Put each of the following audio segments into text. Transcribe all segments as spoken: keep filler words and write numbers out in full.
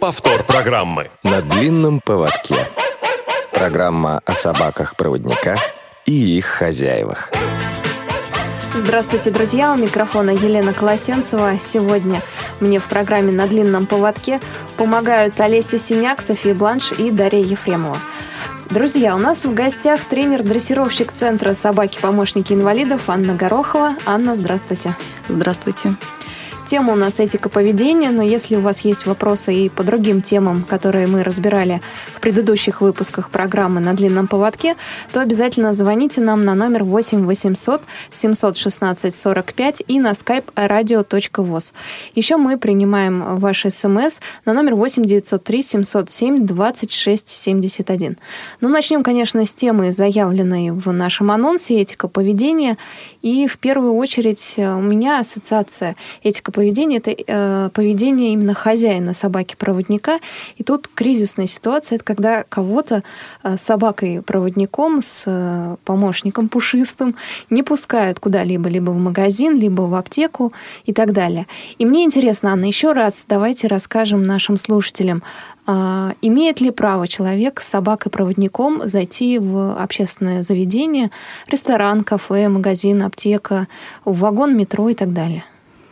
Повтор программы. На длинном поводке. Программа о собаках-проводниках и их хозяевах. Здравствуйте, друзья! У микрофона Елена Колосенцева. Сегодня мне в программе «На длинном поводке» помогают Олеся Синяк, София Бланш и Дарья Ефремова. Друзья, у нас в гостях тренер-дрессировщик Центра «Собаки-помощники инвалидов» Анна Горохова. Анна, здравствуйте. Здравствуйте. Тема у нас этика поведения, но если у вас есть вопросы и по другим темам, которые мы разбирали в предыдущих выпусках программы «На длинном поводке», то обязательно звоните нам на номер восемь восемьсот семьсот шестнадцать сорок пять и на skype radio точка voz. Еще мы принимаем ваши смс на номер восемь девятьсот три семьсот семь двадцать шесть семьдесят один. Ну, начнем, конечно, с темы, заявленной в нашем анонсе «Этика поведения». И в первую очередь у меня ассоциация этика поведения – это э, поведение именно хозяина собаки-проводника. И тут кризисная ситуация – это когда кого-то э, с собакой-проводником, с э, помощником пушистым не пускают куда-либо, либо в магазин, либо в аптеку и так далее. И мне интересно, Анна, еще раз давайте расскажем нашим слушателям, э, имеет ли право человек с собакой-проводником зайти в общественное заведение, ресторан, кафе, магазин, аптека, в вагон метро и так далее?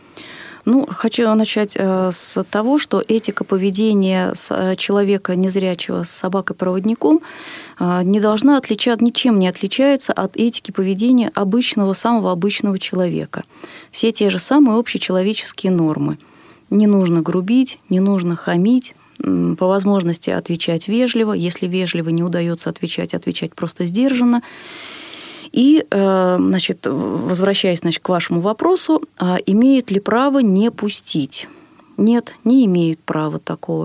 Ну, хочу начать с того, что этика поведения человека незрячего с собакой-проводником не должна отличаться, ничем не отличается от этики поведения обычного, самого обычного человека. Все те же самые общечеловеческие нормы. Не нужно грубить, не нужно хамить, по возможности отвечать вежливо. Если вежливо не удается отвечать, отвечать просто сдержанно. И, значит, возвращаясь, значит, к вашему вопросу, имеют ли право не пустить? Нет, не имеют права такого.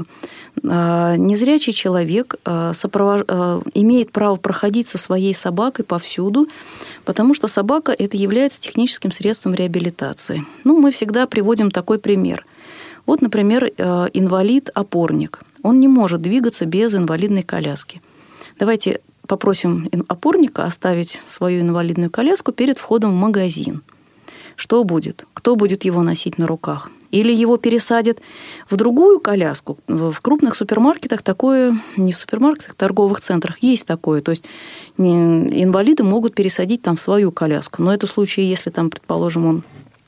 Незрячий человек сопров... имеет право проходить со своей собакой повсюду, потому что собака – это является техническим средством реабилитации. Ну, мы всегда приводим такой пример. Вот, например, инвалид-опорник. Он не может двигаться без инвалидной коляски. Давайте попросим опорника оставить свою инвалидную коляску перед входом в магазин. Что будет? Кто будет его носить на руках? Или его пересадят в другую коляску? В крупных супермаркетах такое, не в супермаркетах, в торговых центрах есть такое. То есть инвалиды могут пересадить там в свою коляску. Но это в случае, если там, предположим,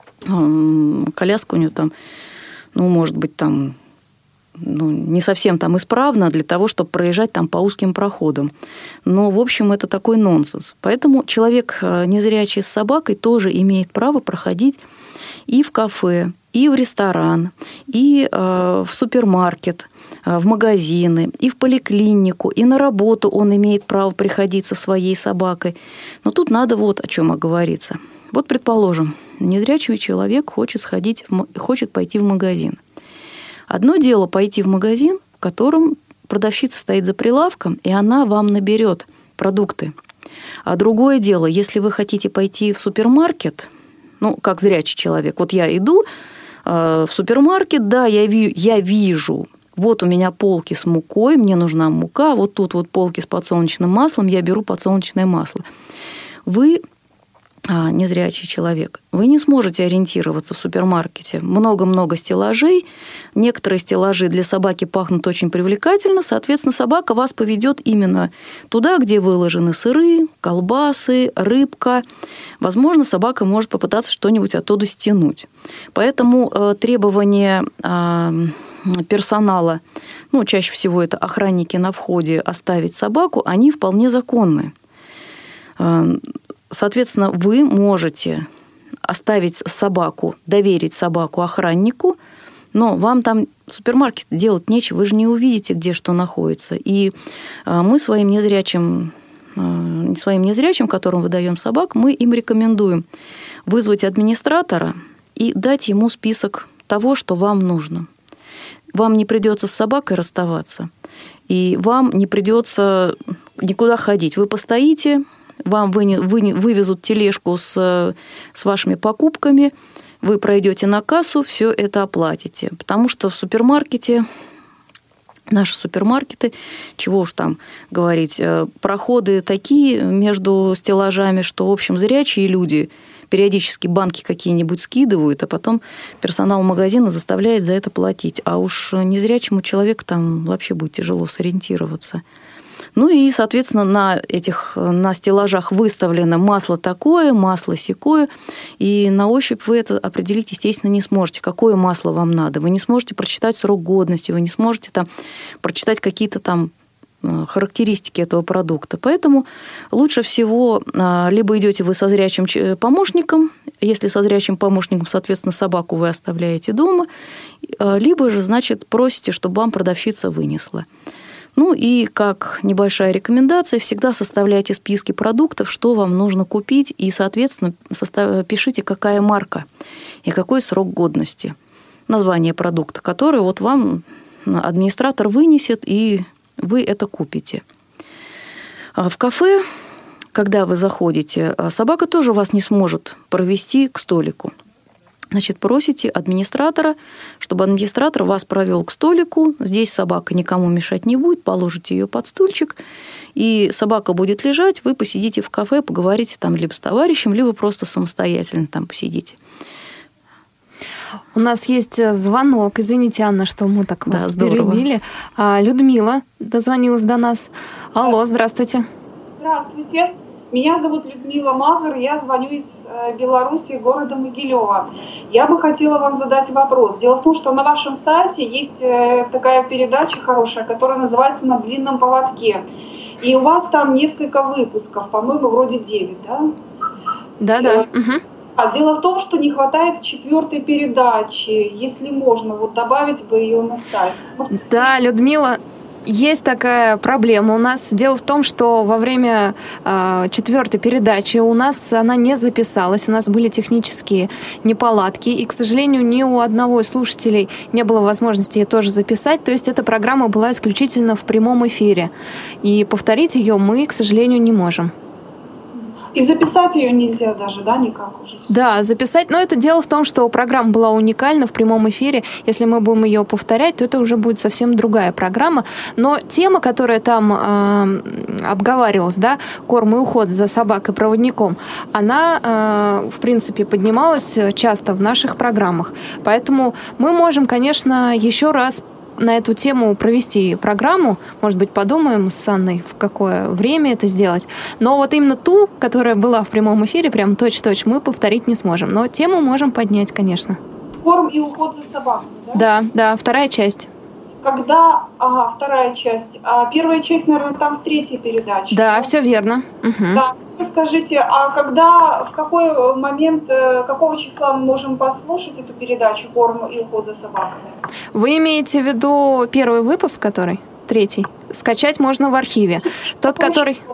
он коляска у него там, ну, может быть, там, ну, не совсем там исправно для того, чтобы проезжать там по узким проходам. Но, в общем, это такой нонсенс. Поэтому человек, незрячий с собакой, тоже имеет право проходить и в кафе, и в ресторан, и в супермаркет, в магазины, и в поликлинику, и на работу он имеет право приходить со своей собакой. Но тут надо вот о чем оговориться. Вот, предположим, незрячий человек хочет сходить, хочет пойти в магазин. Одно дело пойти в магазин, в котором продавщица стоит за прилавком, и она вам наберет продукты. А другое дело, если вы хотите пойти в супермаркет, ну, как зрячий человек, вот я иду э, в супермаркет, да, я, ви, я вижу, вот у меня полки с мукой, мне нужна мука, вот тут вот полки с подсолнечным маслом, я беру подсолнечное масло. Вы... А, незрячий человек, вы не сможете ориентироваться в супермаркете. Много-много стеллажей. Некоторые стеллажи для собаки пахнут очень привлекательно. Соответственно, собака вас поведет именно туда, где выложены сыры, колбасы, рыбка. Возможно, собака может попытаться что-нибудь оттуда стянуть. Поэтому э, требования э, персонала, ну, чаще всего это охранники на входе, оставить собаку, они вполне законны. Соответственно, вы можете оставить собаку, доверить собаку охраннику, но вам там в супермаркете делать нечего, вы же не увидите, где что находится. И мы своим незрячим, своим незрячим, которым выдаем собак, мы им рекомендуем вызвать администратора и дать ему список того, что вам нужно. Вам не придется с собакой расставаться, и вам не придется никуда ходить. Вы постоите, вам вывезут тележку с, с вашими покупками, вы пройдете на кассу, все это оплатите. Потому что в супермаркете, наши супермаркеты, чего уж там говорить, проходы такие между стеллажами, что, в общем, зрячие люди периодически банки какие-нибудь скидывают, а потом персонал магазина заставляет за это платить. А уж незрячему человеку там вообще будет тяжело сориентироваться. Ну и, соответственно, на этих на стеллажах выставлено масло такое, масло сякое, и на ощупь вы это определить, естественно, не сможете, какое масло вам надо. Вы не сможете прочитать срок годности, вы не сможете там прочитать какие-то там характеристики этого продукта. Поэтому лучше всего либо идете вы со зрячим помощником, если со зрячим помощником, соответственно, собаку вы оставляете дома, либо же, значит, просите, чтобы вам продавщица вынесла. Ну и как небольшая рекомендация, всегда составляйте списки продуктов, что вам нужно купить, и, соответственно, состав... пишите, какая марка и какой срок годности, название продукта, который вот вам администратор вынесет, и вы это купите. В кафе, когда вы заходите, собака тоже вас не сможет провести к столику. Значит, просите администратора, чтобы администратор вас провел к столику. Здесь собака никому мешать не будет, положите ее под стульчик, и собака будет лежать, вы посидите в кафе, поговорите там либо с товарищем, либо просто самостоятельно там посидите. У нас есть звонок. Извините, Анна, что мы так вас да, перебили. Людмила дозвонилась до нас. Алло, здравствуйте. Здравствуйте. Меня зовут Людмила Мазур, я звоню из Беларуси, города Могилева. Я бы хотела вам задать вопрос. Дело в том, что на вашем сайте есть такая передача хорошая, которая называется «На длинном поводке». И у вас там несколько выпусков, по-моему, вроде девять, да? Да-да. Угу. А дело в том, что не хватает четвертой передачи. Если можно, вот добавить бы ее на сайт. Может, да, Людмила... Есть такая проблема у нас. Дело в том, что во время э, четвертой передачи у нас она не записалась, у нас были технические неполадки, и, к сожалению, ни у одного из слушателей не было возможности ее тоже записать, то есть эта программа была исключительно в прямом эфире, и повторить ее мы, к сожалению, не можем. И записать ее нельзя даже, да, никак уже? Да, записать. Но это дело в том, что программа была уникальна в прямом эфире. Если мы будем ее повторять, то это уже будет совсем другая программа. Но тема, которая там э, обговаривалась, да, корм и уход за собакой-проводником, она, э, в принципе, поднималась часто в наших программах. Поэтому мы можем, конечно, еще раз на эту тему провести программу. Может быть, подумаем с Анной, в какое время это сделать. Но вот именно ту, которая была в прямом эфире, прям точь-в-точь, мы повторить не сможем. Но тему можем поднять, конечно. Корм и уход за собакой, да? Да, да, вторая часть. Когда... Ага, вторая часть. А первая часть, наверное, там в третьей передаче. Да, да? Все верно. Угу. Да. Скажите, а когда, в какой момент, какого числа мы можем послушать эту передачу «Корм и уход за собаками»? Вы имеете в виду первый выпуск, который? Третий? Скачать можно в архиве. Тот, Какой который... Что?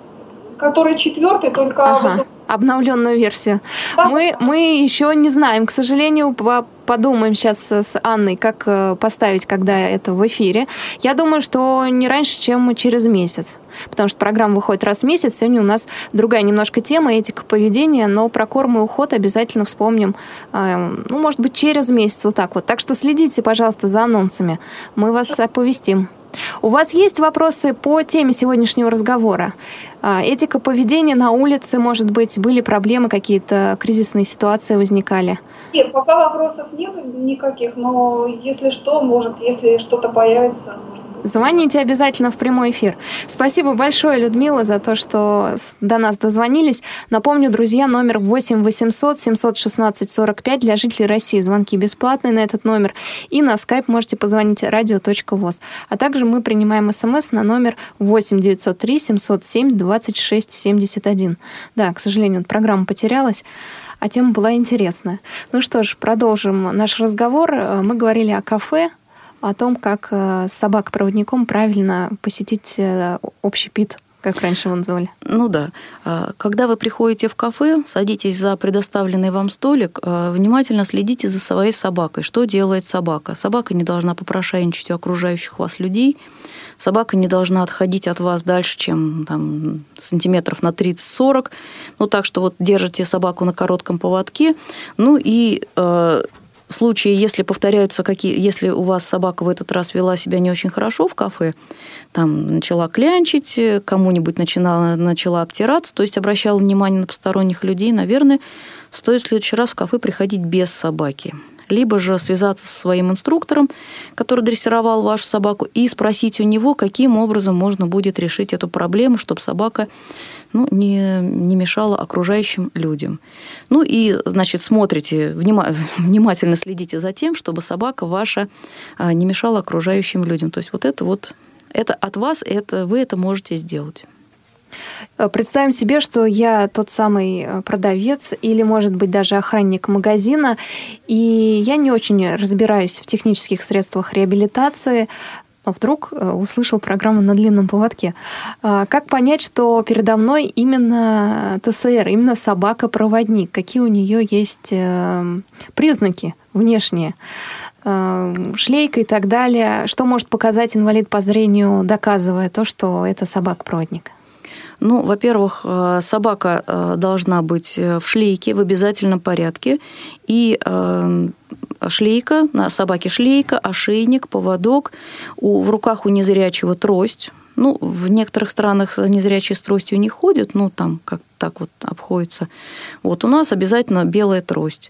Который четвертый, только... Ага, вот... обновленную версию. Да. Мы, мы еще не знаем, к сожалению, подумаем сейчас с Анной, как поставить, когда это в эфире. Я думаю, что не раньше, чем через месяц, потому что программа выходит раз в месяц. Сегодня у нас другая немножко тема, этика поведения, но про корм и уход обязательно вспомним, ну, может быть, через месяц, вот так вот. Так что следите, пожалуйста, за анонсами. Мы вас оповестим. У вас есть вопросы по теме сегодняшнего разговора? Этика поведения на улице, может быть, были проблемы, какие-то кризисные ситуации возникали? Нет, пока вопросов нет никаких, но если что, может, если что-то появится... Звоните обязательно в прямой эфир. Спасибо большое, Людмила, за то, что до нас дозвонились. Напомню, друзья, номер восемь восемьсот семьсот шестнадцать сорок пять для жителей России. Звонки бесплатные на этот номер. И на скайп можете позвонить радио точка воз. А также мы принимаем смс на номер восемь девятьсот три семьсот семь двадцать шесть семьдесят один. Да, к сожалению, программа потерялась, а тема была интересная. Ну что ж, продолжим наш разговор. Мы говорили о кафе, о том, как с собакой-проводником правильно посетить общепит, как раньше его называли. Ну да. Когда вы приходите в кафе, садитесь за предоставленный вам столик, внимательно следите за своей собакой. Что делает собака? Собака не должна попрошайничать у окружающих вас людей. Собака не должна отходить от вас дальше, чем там, сантиметров на тридцать-сорок. Ну так что вот держите собаку на коротком поводке. Ну и... В случае, если повторяются какие, если у вас собака в этот раз вела себя не очень хорошо в кафе, там начала клянчить, кому-нибудь начинала, начала обтираться, то есть обращала внимание на посторонних людей, наверное, стоит в следующий раз в кафе приходить без собаки. Либо же связаться со своим инструктором, который дрессировал вашу собаку, и спросить у него, каким образом можно будет решить эту проблему, чтобы собака ну, не, не мешала окружающим людям. Ну и, значит, смотрите, внимательно следите за тем, чтобы собака ваша не мешала окружающим людям. То есть вот это вот, это от вас, это, вы это можете сделать. Представим себе, что я тот самый продавец или, может быть, даже охранник магазина, и я не очень разбираюсь в технических средствах реабилитации, но вдруг услышал программу «На длинном поводке». Как понять, что передо мной именно ТСР, именно собака-проводник? Какие у нее есть признаки внешние? Шлейка и так далее. Что может показать инвалид по зрению, доказывая то, что это собака-проводник? Ну, во-первых, собака должна быть в шлейке в обязательном порядке. И шлейка, на собаке шлейка, ошейник, поводок. У, в руках у незрячего трость. Ну, в некоторых странах незрячие с тростью не ходят, ну, там как так вот обходится. Вот у нас обязательно белая трость.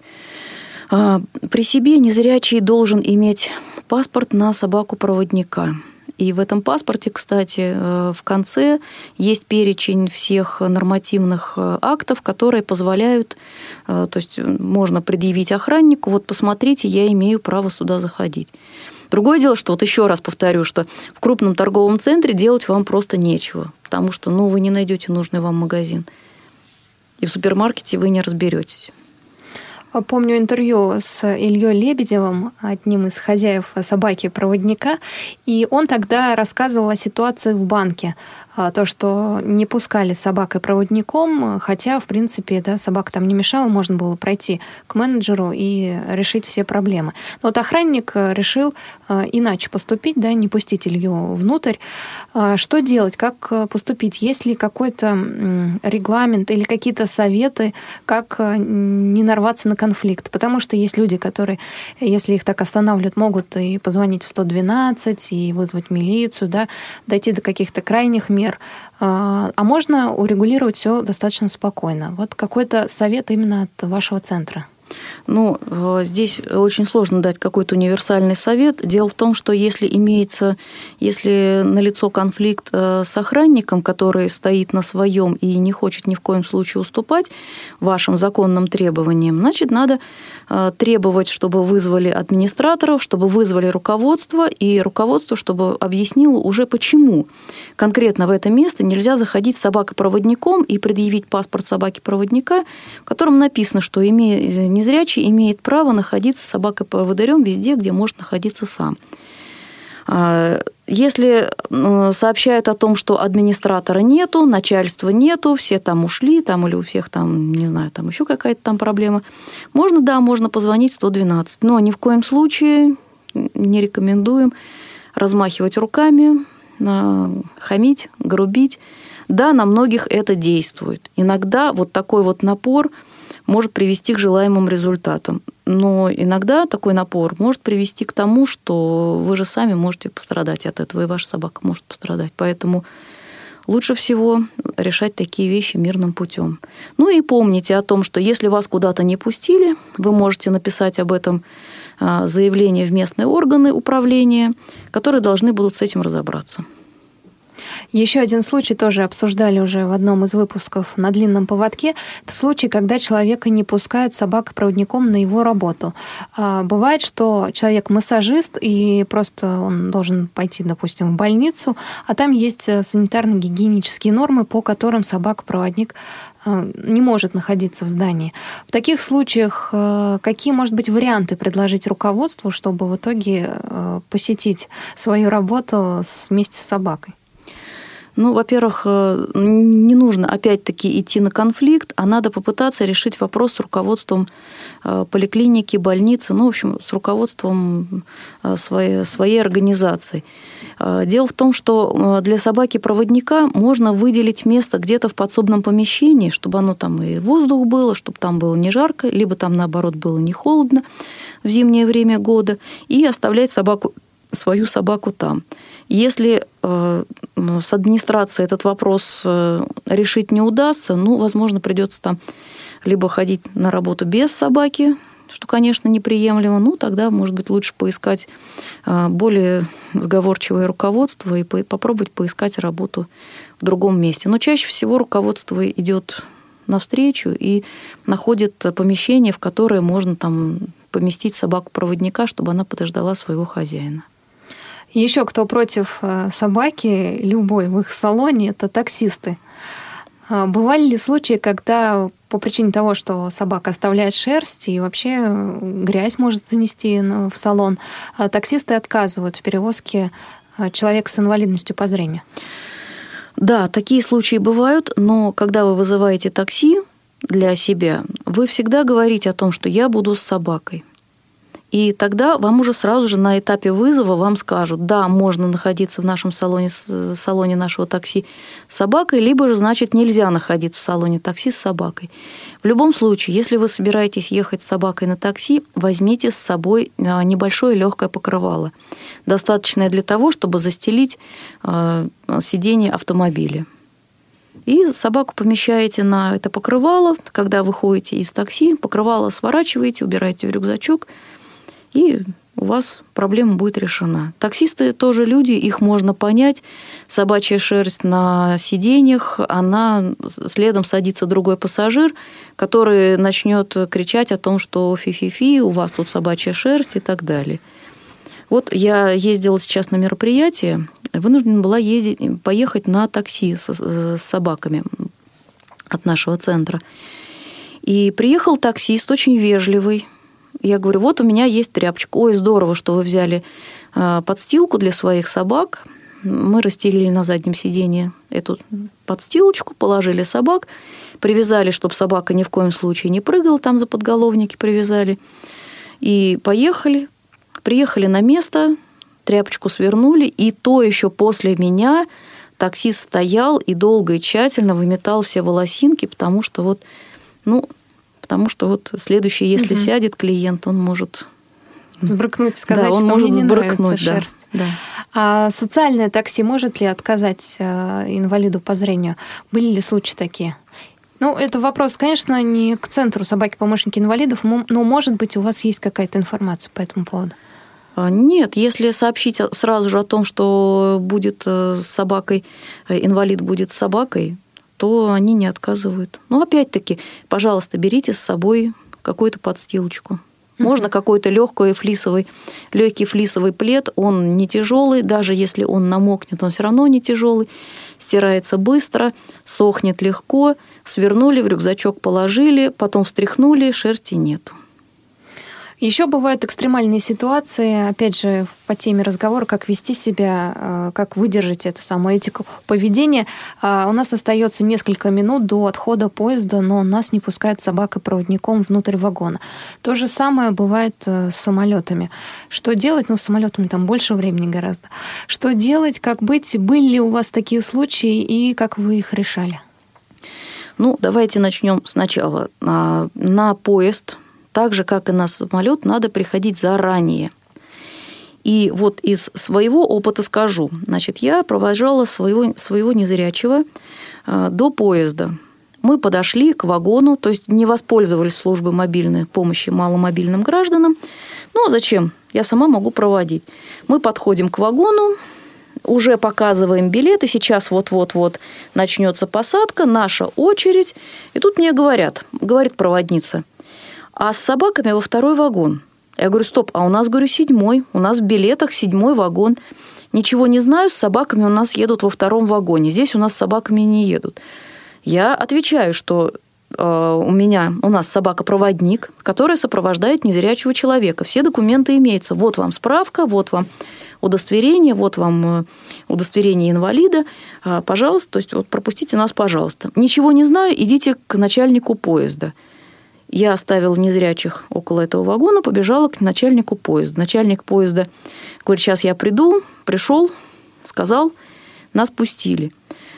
При себе незрячий должен иметь паспорт на собаку-проводника. И в этом паспорте, кстати, в конце есть перечень всех нормативных актов, которые позволяют, то есть можно предъявить охраннику, вот посмотрите, я имею право сюда заходить. Другое дело, что, вот еще раз повторю, что в крупном торговом центре делать вам просто нечего, потому что ну, вы не найдете нужный вам магазин. И в супермаркете вы не разберетесь. Помню интервью с Ильей Лебедевым, одним из хозяев собаки-проводника, и он тогда рассказывал о ситуации в банке. То, что не пускали с собакой-проводником, хотя, в принципе, да, собака там не мешала, можно было пройти к менеджеру и решить все проблемы. Но вот охранник решил иначе поступить, да, не пустить Илью внутрь. Что делать, как поступить? Есть ли какой-то регламент или какие-то советы, как не нарваться на конфликт? Потому что есть люди, которые, если их так останавливают, могут и позвонить в сто двенадцать, и вызвать милицию, да, дойти до каких-то крайних мер. А можно урегулировать все достаточно спокойно. Вот какой-то совет именно от вашего центра. Ну, здесь очень сложно дать какой-то универсальный совет. Дело в том, что если имеется, если налицо конфликт с охранником, который стоит на своем и не хочет ни в коем случае уступать вашим законным требованиям, значит, надо требовать, чтобы вызвали администраторов, чтобы вызвали руководство, и руководство, чтобы объяснило уже, почему конкретно в это место нельзя заходить с собакой-проводником и предъявить паспорт собаки-проводника, в котором написано, что имея незрячий имеет право находиться с собакой-поводырем везде, где может находиться сам. Если сообщают о том, что администратора нету, начальства нету, все там ушли, там, или у всех там, не знаю, там еще какая-то там проблема, можно, да, можно позвонить в сто двенадцать, но ни в коем случае не рекомендуем размахивать руками, хамить, грубить. Да, на многих это действует. Иногда вот такой вот напор может привести к желаемым результатам. Но иногда такой напор может привести к тому, что вы же сами можете пострадать от этого, и ваша собака может пострадать. Поэтому лучше всего решать такие вещи мирным путем. Ну и помните о том, что если вас куда-то не пустили, вы можете написать об этом заявление в местные органы управления, которые должны будут с этим разобраться. Еще один случай тоже обсуждали уже в одном из выпусков «На длинном поводке». Это случай, когда человека не пускают собакой-проводником на его работу. Бывает, что человек массажист, и просто он должен пойти, допустим, в больницу, а там есть санитарно-гигиенические нормы, по которым собака-проводник не может находиться в здании. В таких случаях какие, может быть, варианты предложить руководству, чтобы в итоге посетить свою работу вместе с собакой? Ну, во-первых, не нужно опять-таки идти на конфликт, а надо попытаться решить вопрос с руководством поликлиники, больницы, ну, в общем, с руководством своей, своей организации. Дело в том, что для собаки-проводника можно выделить место где-то в подсобном помещении, чтобы оно там и воздух было, чтобы там было не жарко, либо там, наоборот, было не холодно. в зимнее время года и оставлять собаку, свою собаку там. Если э, с администрацией этот вопрос э, решить не удастся, ну, возможно, придется там либо ходить на работу без собаки, что, конечно, неприемлемо, ну, тогда, может быть, лучше поискать э, более сговорчивое руководство и по- попробовать поискать работу в другом месте. Но чаще всего руководство идет навстречу и находит помещение, в которое можно там поместить собаку-проводника, чтобы она подождала своего хозяина. Еще кто против собаки, любой в их салоне, это таксисты. Бывали ли случаи, когда по причине того, что собака оставляет шерсть и вообще грязь может занести в салон, таксисты отказывают в перевозке человека с инвалидностью по зрению? Да, такие случаи бывают, но когда вы вызываете такси для себя, вы всегда говорите о том, что я буду с собакой. И тогда вам уже сразу же на этапе вызова вам скажут, да, можно находиться в нашем салоне, в салоне нашего такси с собакой, либо же, значит, нельзя находиться в салоне такси с собакой. В любом случае, если вы собираетесь ехать с собакой на такси, возьмите с собой небольшое легкое покрывало, достаточное для того, чтобы застелить сиденье автомобиля. И собаку помещаете на это покрывало, когда выходите из такси, покрывало сворачиваете, убираете в рюкзачок, и у вас проблема будет решена. Таксисты тоже люди, их можно понять. Собачья шерсть на сиденьях, она следом садится другой пассажир, который начнет кричать о том, что фи-фи-фи, у вас тут собачья шерсть и так далее. Вот я ездила сейчас на мероприятие, вынуждена была ездить, поехать на такси с, с собаками от нашего центра. И приехал таксист очень вежливый. Я говорю, вот у меня есть тряпочка. Ой, здорово, что вы взяли подстилку для своих собак. Мы расстелили на заднем сиденье эту подстилочку, положили собак, привязали, чтобы собака ни в коем случае не прыгала, там за подголовники привязали. И поехали. Приехали на место, тряпочку свернули, и то еще после меня таксист стоял и долго и тщательно выметал все волосинки, потому что вот, ну, потому что вот следующий, если угу. сядет клиент, он может взбрыкнуть и сказать, да, он что может мне не сбрыкнуть, нравится да, шерсть. Да. А социальное такси может ли отказать инвалиду по зрению? Были ли случаи такие? Ну, это вопрос, конечно, не к центру собаки-помощники инвалидов, но, может быть, у вас есть какая-то информация по этому поводу? Нет, если сообщить сразу же о том, что будет с собакой, инвалид будет с собакой, то они не отказывают. Но опять-таки, пожалуйста, берите с собой какую-то подстилочку. Можно mm-hmm. какой-то легкий флисовый, легкий флисовый плед, он не тяжелый, даже если он намокнет, он все равно не тяжелый, стирается быстро, сохнет легко, свернули, в рюкзачок положили, потом встряхнули, шерсти нету. Еще бывают экстремальные ситуации, опять же, по теме разговора, как вести себя, как выдержать эту самую этику поведения. У нас остается несколько минут до отхода поезда, но нас не пускают собакой-проводником внутрь вагона. То же самое бывает с самолетами. Что делать? Ну, с самолетами там больше времени гораздо. Что делать, как быть? Были ли у вас такие случаи и как вы их решали? Ну, давайте начнем сначала. На поезд, так же, как и на самолет, надо приходить заранее. И вот из своего опыта скажу. Значит, я провожала своего, своего незрячего до поезда. Мы подошли к вагону, то есть не воспользовались службой мобильной помощи маломобильным гражданам. Ну, а зачем? Я сама могу проводить. Мы подходим к вагону, уже показываем билеты, сейчас вот-вот-вот начнется посадка, наша очередь. И тут мне говорят, говорит проводница, а с собаками во второй вагон. Я говорю, стоп, а у нас, говорю, седьмой, у нас в билетах седьмой вагон. Ничего не знаю, с собаками у нас едут во втором вагоне, здесь у нас с собаками не едут. Я отвечаю, что э, у меня, у нас собака-проводник, которая сопровождает незрячего человека. Все документы имеются. Вот вам справка, вот вам удостоверение, вот вам удостоверение инвалида, пожалуйста, то есть вот пропустите нас, пожалуйста. Ничего не знаю, идите к начальнику поезда. Я оставила незрячих около этого вагона, побежала к начальнику поезда. Начальник поезда говорит, сейчас я приду, пришел, сказал, нас пустили.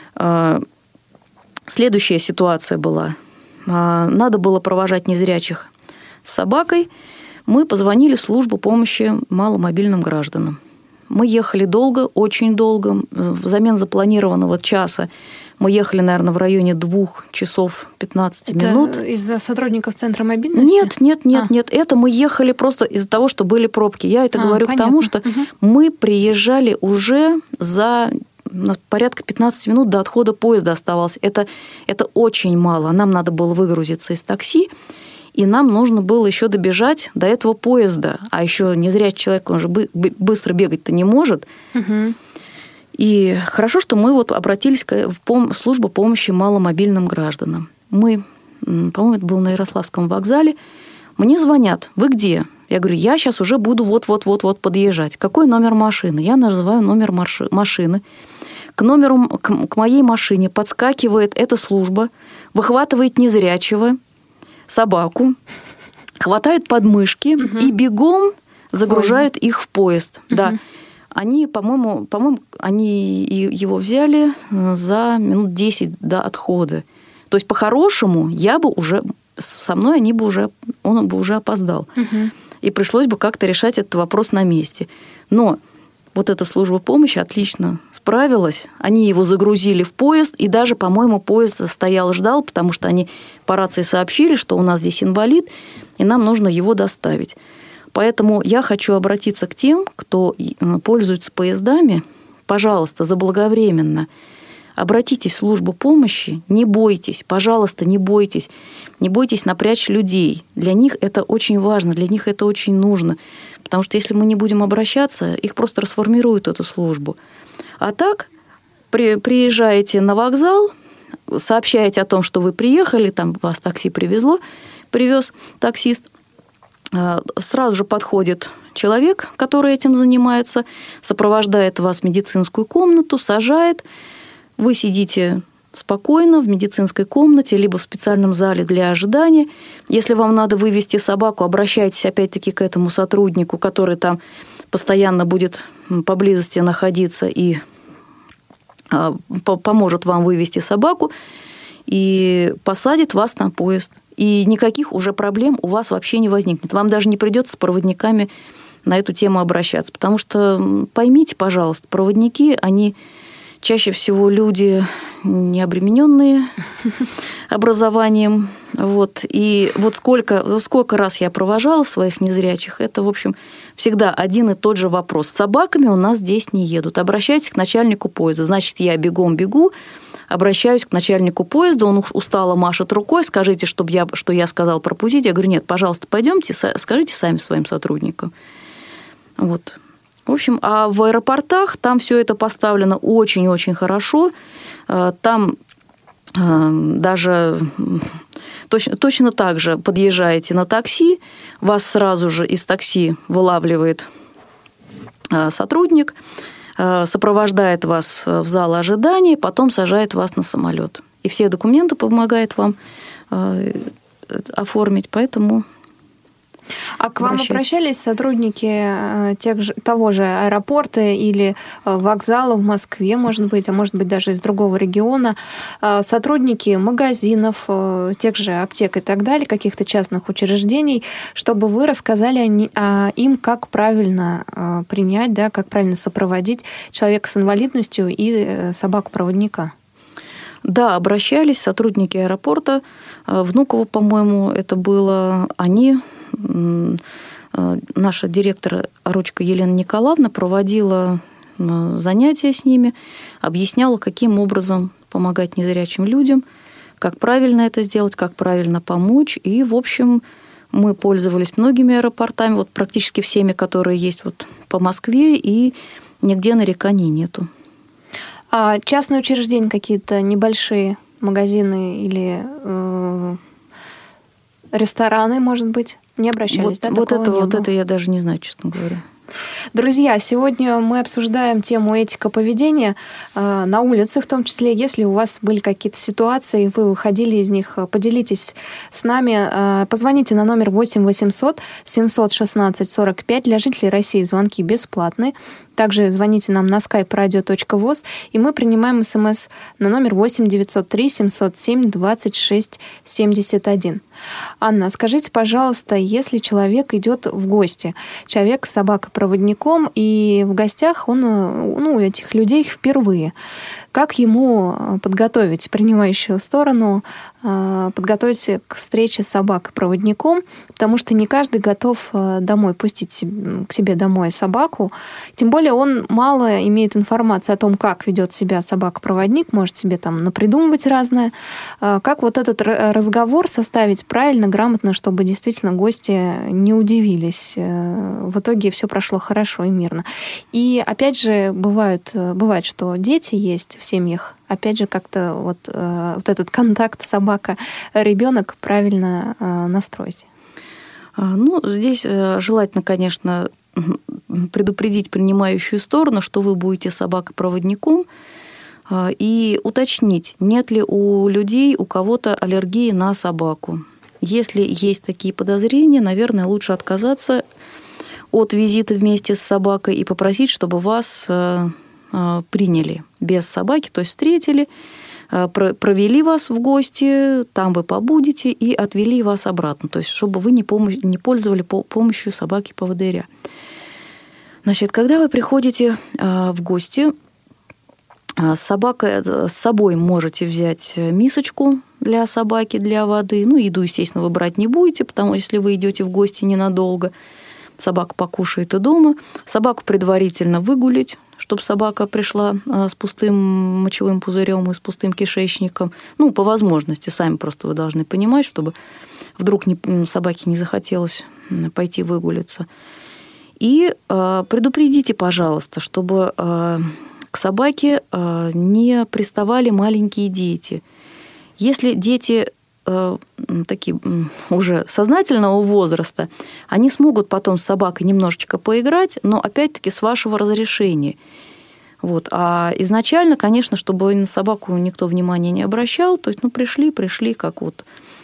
Следующая ситуация была. Надо было провожать незрячих с собакой. мы позвонили в службу помощи маломобильным гражданам. Мы ехали долго, очень долго. Взамен запланированного часа мы ехали, наверное, в районе двух часов пятнадцати минут. Это из-за сотрудников Центра мобильности? Нет, нет, нет, а. нет. Это мы ехали просто из-за того, что были пробки. Я это а, говорю понятно. К тому, что угу. мы приезжали уже за порядка пятнадцати минут до отхода поезда оставалось. Это, это очень мало. Нам надо было выгрузиться из такси, и нам нужно было еще добежать до этого поезда. А еще незрячий человек, он же быстро бегать-то не может. Угу. И хорошо, что мы вот обратились в службу помощи маломобильным гражданам. Мы, по-моему, это было на Ярославском вокзале. Мне звонят: вы где? Я говорю: я сейчас уже буду вот-вот-вот-вот подъезжать. Какой номер машины? Я называю номер машины. К номеру, к моей машине подскакивает эта служба, выхватывает незрячего, собаку, хватает подмышки угу. и бегом загружает поезд. Их в поезд. Угу. Да. Они, по-моему, по-моему, они его взяли за минут десять до отхода. То есть, по-хорошему, я бы уже, со мной они бы уже, он бы уже опоздал. Угу. И пришлось бы как-то решать этот вопрос на месте. Но вот эта служба помощи отлично справилась. Они его загрузили в поезд, и даже, по-моему, поезд стоял, ждал, потому что они по рации сообщили, что у нас здесь инвалид, и нам нужно его доставить. Поэтому я хочу обратиться к тем, кто пользуется поездами. Пожалуйста, заблаговременно обратитесь в службу помощи, не бойтесь, пожалуйста, не бойтесь. Не бойтесь напрячь людей. Для них это очень важно, для них это очень нужно. Потому что если мы не будем обращаться, их просто расформируют, эту службу. А так, при, приезжаете на вокзал, сообщаете о том, что вы приехали, там вас такси привезло, привез таксист, сразу же подходит человек, который этим занимается, сопровождает вас в медицинскую комнату, сажает. Вы сидите спокойно в медицинской комнате, либо в специальном зале для ожидания. Если вам надо вывести собаку, обращайтесь опять-таки к этому сотруднику, который там постоянно будет поблизости находиться и поможет вам вывести собаку и посадит вас на поезд. И никаких уже проблем у вас вообще не возникнет. Вам даже не придется с проводниками на эту тему обращаться. Потому что, поймите, пожалуйста, проводники, они чаще всего люди необремененные образованием. Вот. И вот сколько, сколько раз я провожала своих незрячих, это, в общем, всегда один и тот же вопрос. С собаками у нас здесь не едут. Обращайтесь к начальнику поезда. Значит, я бегом бегу, обращаюсь к начальнику поезда, он устало машет рукой, скажите, чтобы я, что я сказал пропустить. Я говорю: нет, пожалуйста, пойдемте, скажите сами своим сотрудникам. Вот. В общем, а в аэропортах там все это поставлено очень-очень хорошо. Там даже точно, точно так же подъезжаете на такси, вас сразу же из такси вылавливает сотрудник, сопровождает вас в зал ожидания, потом сажает вас на самолет. И все документы помогает вам оформить, поэтому... А к вам обращались сотрудники тех же, того же аэропорта или вокзала в Москве, может быть, а может быть даже из другого региона, сотрудники магазинов, тех же аптек и так далее, каких-то частных учреждений, чтобы вы рассказали им, как правильно принять, да, как правильно сопроводить человека с инвалидностью и собаку-проводника? Да, обращались сотрудники аэропорта. Внуково, по-моему, это было. Они... Наша директор Орочко Елена Николаевна проводила занятия с ними, объясняла, каким образом помогать незрячим людям, как правильно это сделать, как правильно помочь. И, в общем, мы пользовались многими аэропортами, вот практически всеми, которые есть вот по Москве, и нигде нареканий нету. А частные учреждения какие-то, небольшие магазины или э, рестораны, может быть, не обращались, вот, да? Вот это, не вот было? это я даже не знаю, честно говоря. Друзья, сегодня мы обсуждаем тему этика поведения э, на улице, в том числе, если у вас были какие-то ситуации, вы выходили из них, поделитесь с нами. Э, позвоните на номер восемь восемьсот семьсот шестнадцать сорок пять. Для жителей России звонки бесплатные. Также звоните нам на skype radio точка voz, и мы принимаем смс на номер восемь девятьсот три семьсот семь двадцать шесть семьдесят один. Анна, скажите, пожалуйста, если человек идет в гости, человек с собакой-проводником, и в гостях он, ну, у этих людей впервые, как ему подготовить принимающую сторону, подготовить к встрече с собакой-проводником, потому что не каждый готов домой пустить к себе домой собаку, тем более он мало имеет информации о том, как ведет себя собака-проводник, может себе там напридумывать разное. Как вот этот разговор составить правильно, грамотно, чтобы действительно гости не удивились. В итоге все прошло хорошо и мирно. И опять же, бывает, бывает, что дети есть в семьях. Опять же, как-то вот, вот этот контакт собака-ребенок правильно настроить. Ну, здесь желательно, конечно, предупредить принимающую сторону, что вы будете собакой-проводником, и уточнить, нет ли у людей, у кого-то аллергии на собаку. Если есть такие подозрения, наверное, лучше отказаться от визита вместе с собакой и попросить, чтобы вас приняли без собаки, то есть встретили, провели вас в гости, там вы побудете и отвели вас обратно, то есть чтобы вы не, помощь, не пользовали помощью собаки-поводыря. Значит, когда вы приходите в гости, с собакой, с собой можете взять мисочку для собаки, для воды. Ну, еду, естественно, вы брать не будете, потому что если вы идете в гости ненадолго, собака покушает и дома. Собаку предварительно выгулить, чтобы собака пришла с пустым мочевым пузырем и с пустым кишечником. Ну, по возможности, сами просто вы должны понимать, чтобы вдруг не, собаке не захотелось пойти выгуляться. И э, предупредите, пожалуйста, чтобы э, к собаке э, не приставали маленькие дети. Если дети э, такие уже сознательного возраста, они смогут потом с собакой немножечко поиграть, но опять-таки с вашего разрешения. Вот. А изначально, конечно, чтобы на собаку никто внимания не обращал, то есть, ну, пришли, пришли, как вот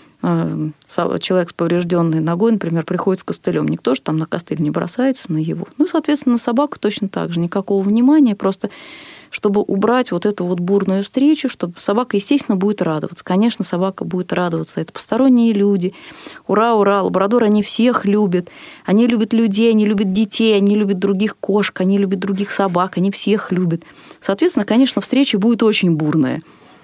человек с поврежденной ногой, например, приходит с костылем. Никто же там на костыль не бросается, на его. Ну, соответственно, на собаку точно так же. Никакого внимания, просто чтобы убрать вот эту вот бурную встречу, чтобы собака, естественно, будет радоваться. Конечно, собака будет радоваться. Это посторонние люди. Ура, ура, лабрадоры, они всех любят. Они любят людей, они любят детей, они любят других кошек, они любят других собак, они всех любят. Соответственно, конечно, встреча будет очень бурная.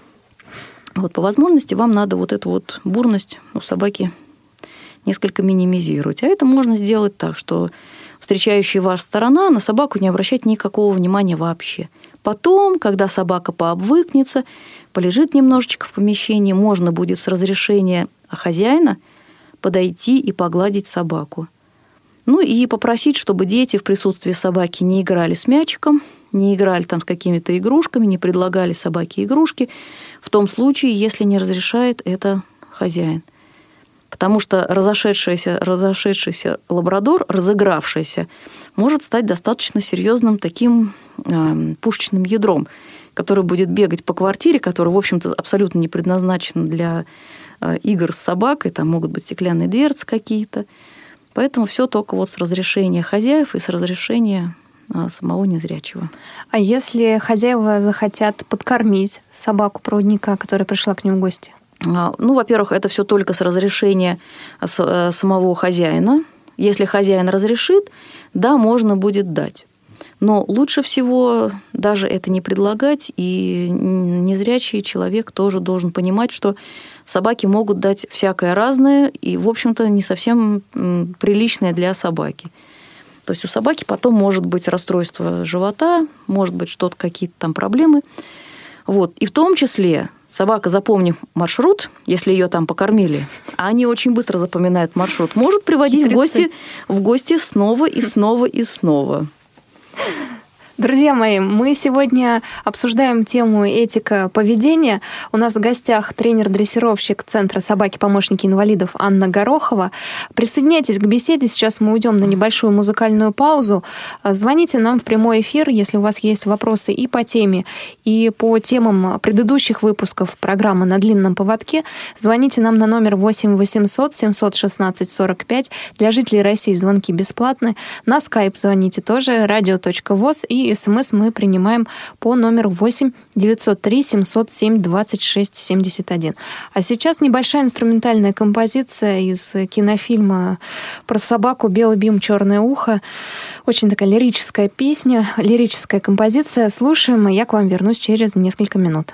Вот, по возможности вам надо вот эту вот бурность у собаки несколько минимизировать. А это можно сделать так, что встречающая ваша сторона на собаку не обращать никакого внимания вообще. Потом, когда собака пообвыкнется, полежит немножечко в помещении, можно будет с разрешения хозяина подойти и погладить собаку. Ну и попросить, чтобы дети в присутствии собаки не играли с мячиком, не играли там с какими-то игрушками, не предлагали собаке игрушки, в том случае, если не разрешает это хозяин. Потому что разошедшийся, разошедшийся лабрадор, разыгравшийся, может стать достаточно серьезным таким э, пушечным ядром, который будет бегать по квартире, который, в общем-то, абсолютно не предназначен для э, игр с собакой, там могут быть стеклянные дверцы какие-то. Поэтому все только вот с разрешения хозяев и с разрешения самого незрячего. А если хозяева захотят подкормить собаку-проводника, которая пришла к ним в гости? Ну, во-первых, это все только с разрешения самого хозяина. Если хозяин разрешит, да, можно будет дать. Но лучше всего даже это не предлагать, и незрячий человек тоже должен понимать, что собаки могут дать всякое разное и, в общем-то, не совсем приличное для собаки. То есть у собаки потом может быть расстройство живота, может быть что-то, какие-то там проблемы. Вот. И в том числе собака, запомнив маршрут, если ее там покормили, а они очень быстро запоминают маршрут, может приводить в гости, в гости снова и снова и снова. Друзья мои, мы сегодня обсуждаем тему этика поведения. У нас в гостях тренер-дрессировщик Центра «Собаки-помощники инвалидов» Анна Горохова. Присоединяйтесь к беседе. Сейчас мы уйдем на небольшую музыкальную паузу. Звоните нам в прямой эфир, если у вас есть вопросы и по теме, и по темам предыдущих выпусков программы «На длинном поводке». Звоните нам на номер восемь восемьсот семьсот шестнадцать сорок пять. Для жителей России звонки бесплатны. На скайп звоните тоже, радио.воз, и СМС мы принимаем по номеру восемь девятьсот три семьсот семь двадцать шесть семьдесят один. А сейчас небольшая инструментальная композиция из кинофильма про собаку «Белый бим, черное ухо». Очень такая лирическая песня, лирическая композиция. Слушаем, и я к вам вернусь через несколько минут.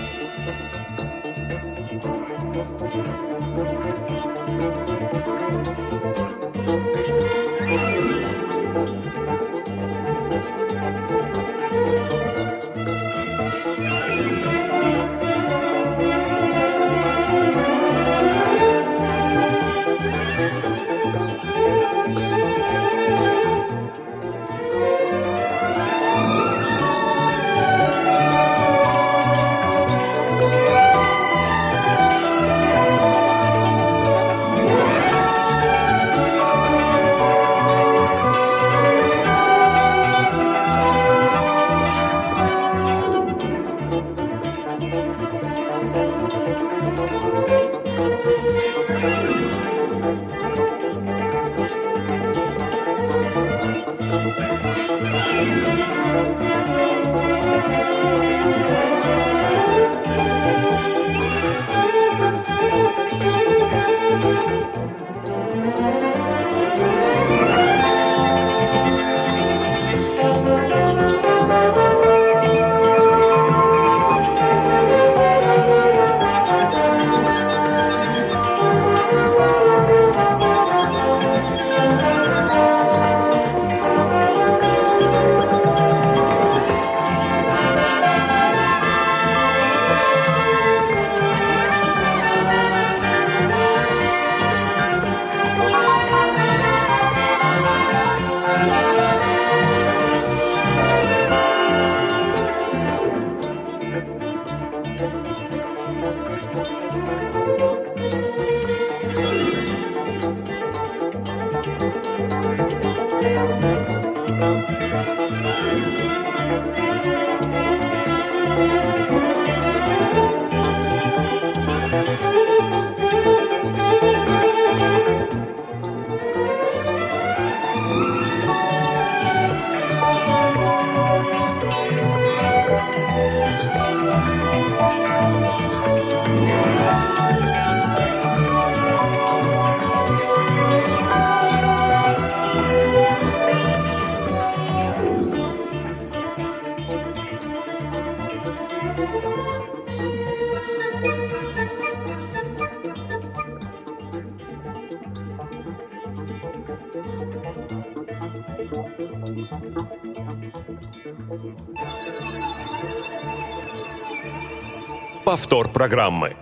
Повтор программы.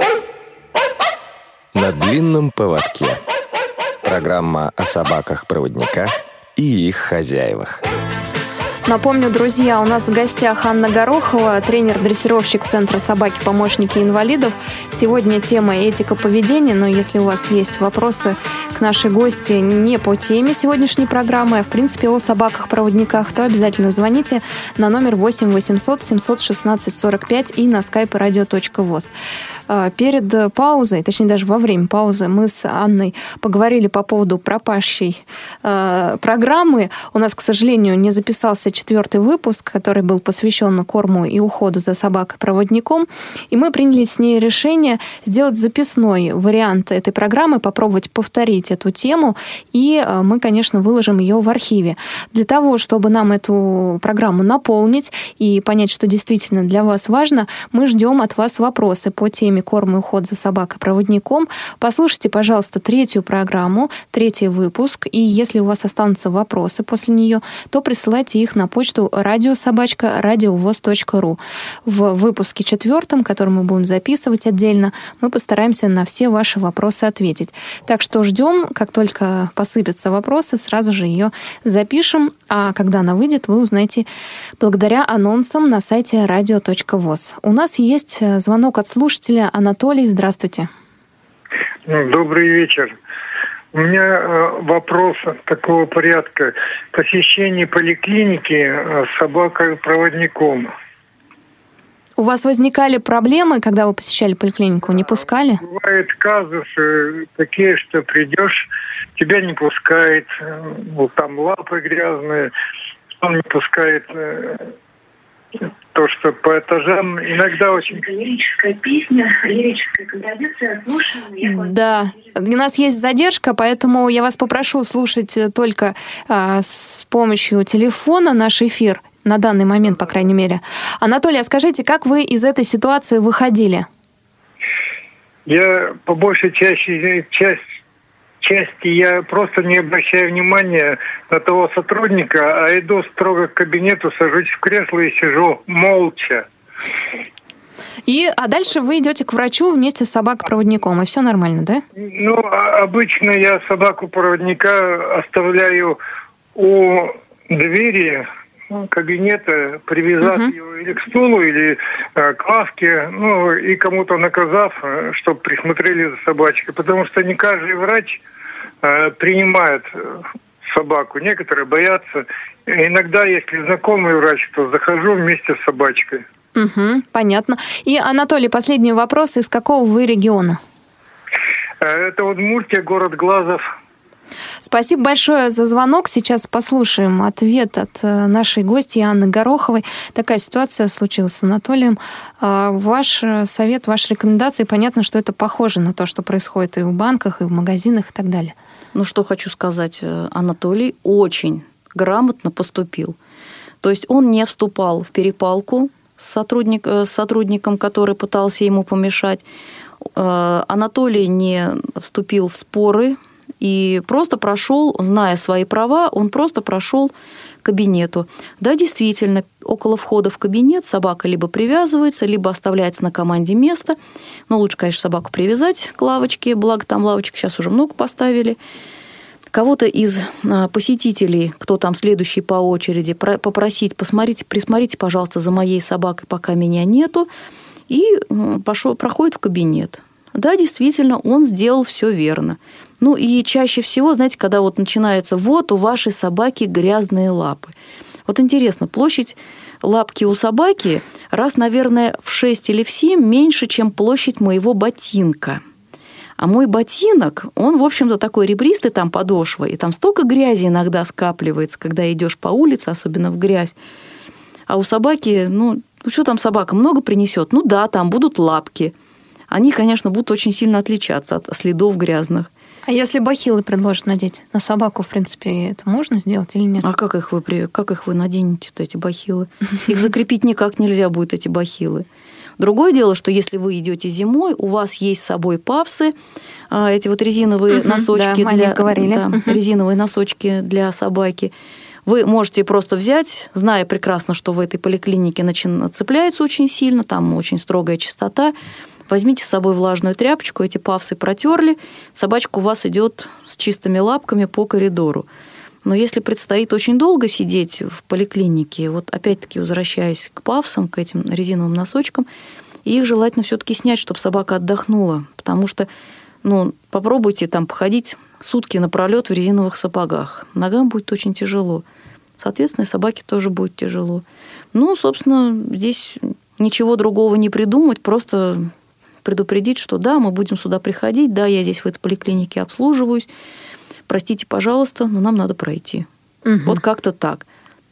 На длинном поводке. Программа о собаках-проводниках и их хозяевах. Напомню, друзья, у нас в гостях Анна Горохова, тренер-дрессировщик Центра «Собаки-помощники инвалидов». Сегодня тема этика поведения, но если у вас есть вопросы к нашей гости не по теме сегодняшней программы, а в принципе о собаках-проводниках, то обязательно звоните на номер восемь восемьсот семьсот шестнадцать сорок пять и на скайп радио.воз. Перед паузой, точнее даже во время паузы, мы с Анной поговорили по поводу пропащей э, программы. У нас, к сожалению, не записался четвертый выпуск, который был посвящен корму и уходу за собакой-проводником. И мы приняли с ней решение сделать записной вариант этой программы, попробовать повторить эту тему. И мы, конечно, выложим ее в архиве. Для того, чтобы нам эту программу наполнить и понять, что действительно для вас важно, мы ждем от вас вопросы по теме корм и уход за собакой-проводником. Послушайте, пожалуйста, третью программу, третий выпуск. И если у вас останутся вопросы после нее, то присылайте их на на почту радиособачка радиовоз точка ру. В выпуске четвертом, который мы будем записывать отдельно, мы постараемся на все ваши вопросы ответить. Так что ждем, как только посыпятся вопросы, сразу же ее запишем, а когда она выйдет, вы узнаете благодаря анонсам на сайте радио точка воз. У нас есть звонок от слушателя. Анатолий, здравствуйте. Добрый вечер. У меня вопрос такого порядка. Посещение поликлиники с собакой-проводником. У вас возникали проблемы, когда вы посещали поликлинику? Не пускали? Бывают казусы такие, что придешь, тебя не пускает, вот там лапы грязные, он не пускает то, что по этажам иногда очень... Лирическая песня, лирическая композиция, слушаем. Да, у нас есть задержка, поэтому я вас попрошу слушать только а, с помощью телефона наш эфир, на данный момент, по крайней мере. Анатолий, а скажите, как вы из этой ситуации выходили? Я по большей части, часть, части я просто не обращаю внимания на того сотрудника, а иду строго к кабинету, сажусь в кресло и сижу молча. И, а дальше вы идете к врачу вместе с собакой-проводником, и все нормально, да? Ну, обычно я собаку-проводника оставляю у двери кабинета, привязав uh-huh. его или к стулу, или э, к лавке, ну, и кому-то наказав, чтобы присмотрели за собачкой. Потому что не каждый врач э, принимает собаку. Некоторые боятся. Иногда, если знакомый врач, то захожу вместе с собачкой. Угу, понятно. И, Анатолий, последний вопрос. Из какого вы региона? Это Удмуртия, город Глазов. Спасибо большое за звонок. Сейчас послушаем ответ от нашей гости Анны Гороховой. Такая ситуация случилась с Анатолием. Ваш совет, ваши рекомендации, понятно, что это похоже на то, что происходит и в банках, и в магазинах, и так далее. Ну, что хочу сказать. Анатолий очень грамотно поступил. То есть он не вступал в перепалку с, сотрудник, с сотрудником, который пытался ему помешать. Анатолий не вступил в споры и просто прошел, зная свои права, он просто прошел к кабинету. Да, действительно, около входа в кабинет собака либо привязывается, либо оставляется на команде место. Но лучше, конечно, собаку привязать к лавочке, благо там лавочек сейчас уже много поставили. Кого-то из посетителей, кто там следующий по очереди, попросить, посмотрите, присмотрите, пожалуйста, за моей собакой, пока меня нету, и пошел, проходит в кабинет. Да, действительно, он сделал все верно. Ну и чаще всего, знаете, когда вот начинается, вот у вашей собаки грязные лапы. Вот интересно, площадь лапки у собаки раз, наверное, в шесть или в семь меньше, чем площадь моего ботинка. А мой ботинок, он, в общем-то, такой ребристый там подошва, и там столько грязи иногда скапливается, когда идешь по улице, особенно в грязь. А у собаки, ну, ну что там собака много принесет? Ну да, там будут лапки. Они, конечно, будут очень сильно отличаться от следов грязных. А если бахилы предложат надеть на собаку, в принципе, это можно сделать или нет? А как их вы, как их вы наденете, эти бахилы? Их закрепить никак нельзя будет, эти бахилы. Другое дело, что если вы идете зимой, у вас есть с собой пафсы, эти вот резиновые uh-huh, носочки, да, для, говорили. Да, uh-huh. резиновые носочки для собаки. Вы можете просто взять, зная прекрасно, что в этой поликлинике начин... цепляется очень сильно, там очень строгая чистота. Возьмите с собой влажную тряпочку, эти пафсы протерли, собачка у вас идет с чистыми лапками по коридору. Но если предстоит очень долго сидеть в поликлинике, вот опять-таки возвращаясь к пафсам, к этим резиновым носочкам, их желательно все-таки снять, чтобы собака отдохнула, потому что, ну, попробуйте там походить сутки напролет в резиновых сапогах, ногам будет очень тяжело, соответственно, и собаке тоже будет тяжело. Ну, собственно, здесь ничего другого не придумать, просто предупредить, что да, мы будем сюда приходить, да, я здесь в этой поликлинике обслуживаюсь, простите, пожалуйста, но нам надо пройти. Угу. Вот как-то так.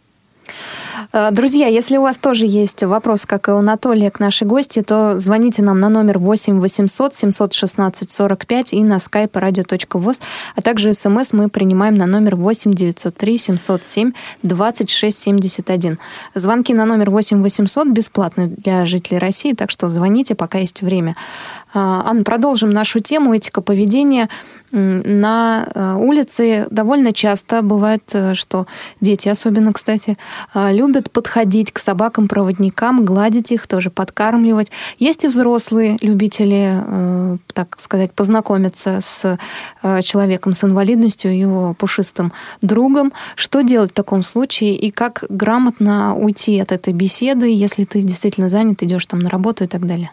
Друзья, если у вас тоже есть вопрос, как и у Анатолия, к нашей гости, то звоните нам на номер восемь восемьсот семьсот шестнадцать сорок пять и на skype радио точка воз, а также смс мы принимаем на номер восемь девятьсот три семьсот семь двадцать шесть семьдесят один. Звонки на номер восемь восемьсот бесплатны для жителей России, так что звоните, пока есть время. Анна, продолжим нашу тему этика поведения. На улице довольно часто бывает, что дети, особенно, кстати, любят подходить к собакам-проводникам, гладить их, тоже подкармливать. Есть и взрослые любители, так сказать, познакомиться с человеком с инвалидностью, его пушистым другом. Что делать в таком случае и как грамотно уйти от этой беседы, если ты действительно занят, идешь там на работу и так далее?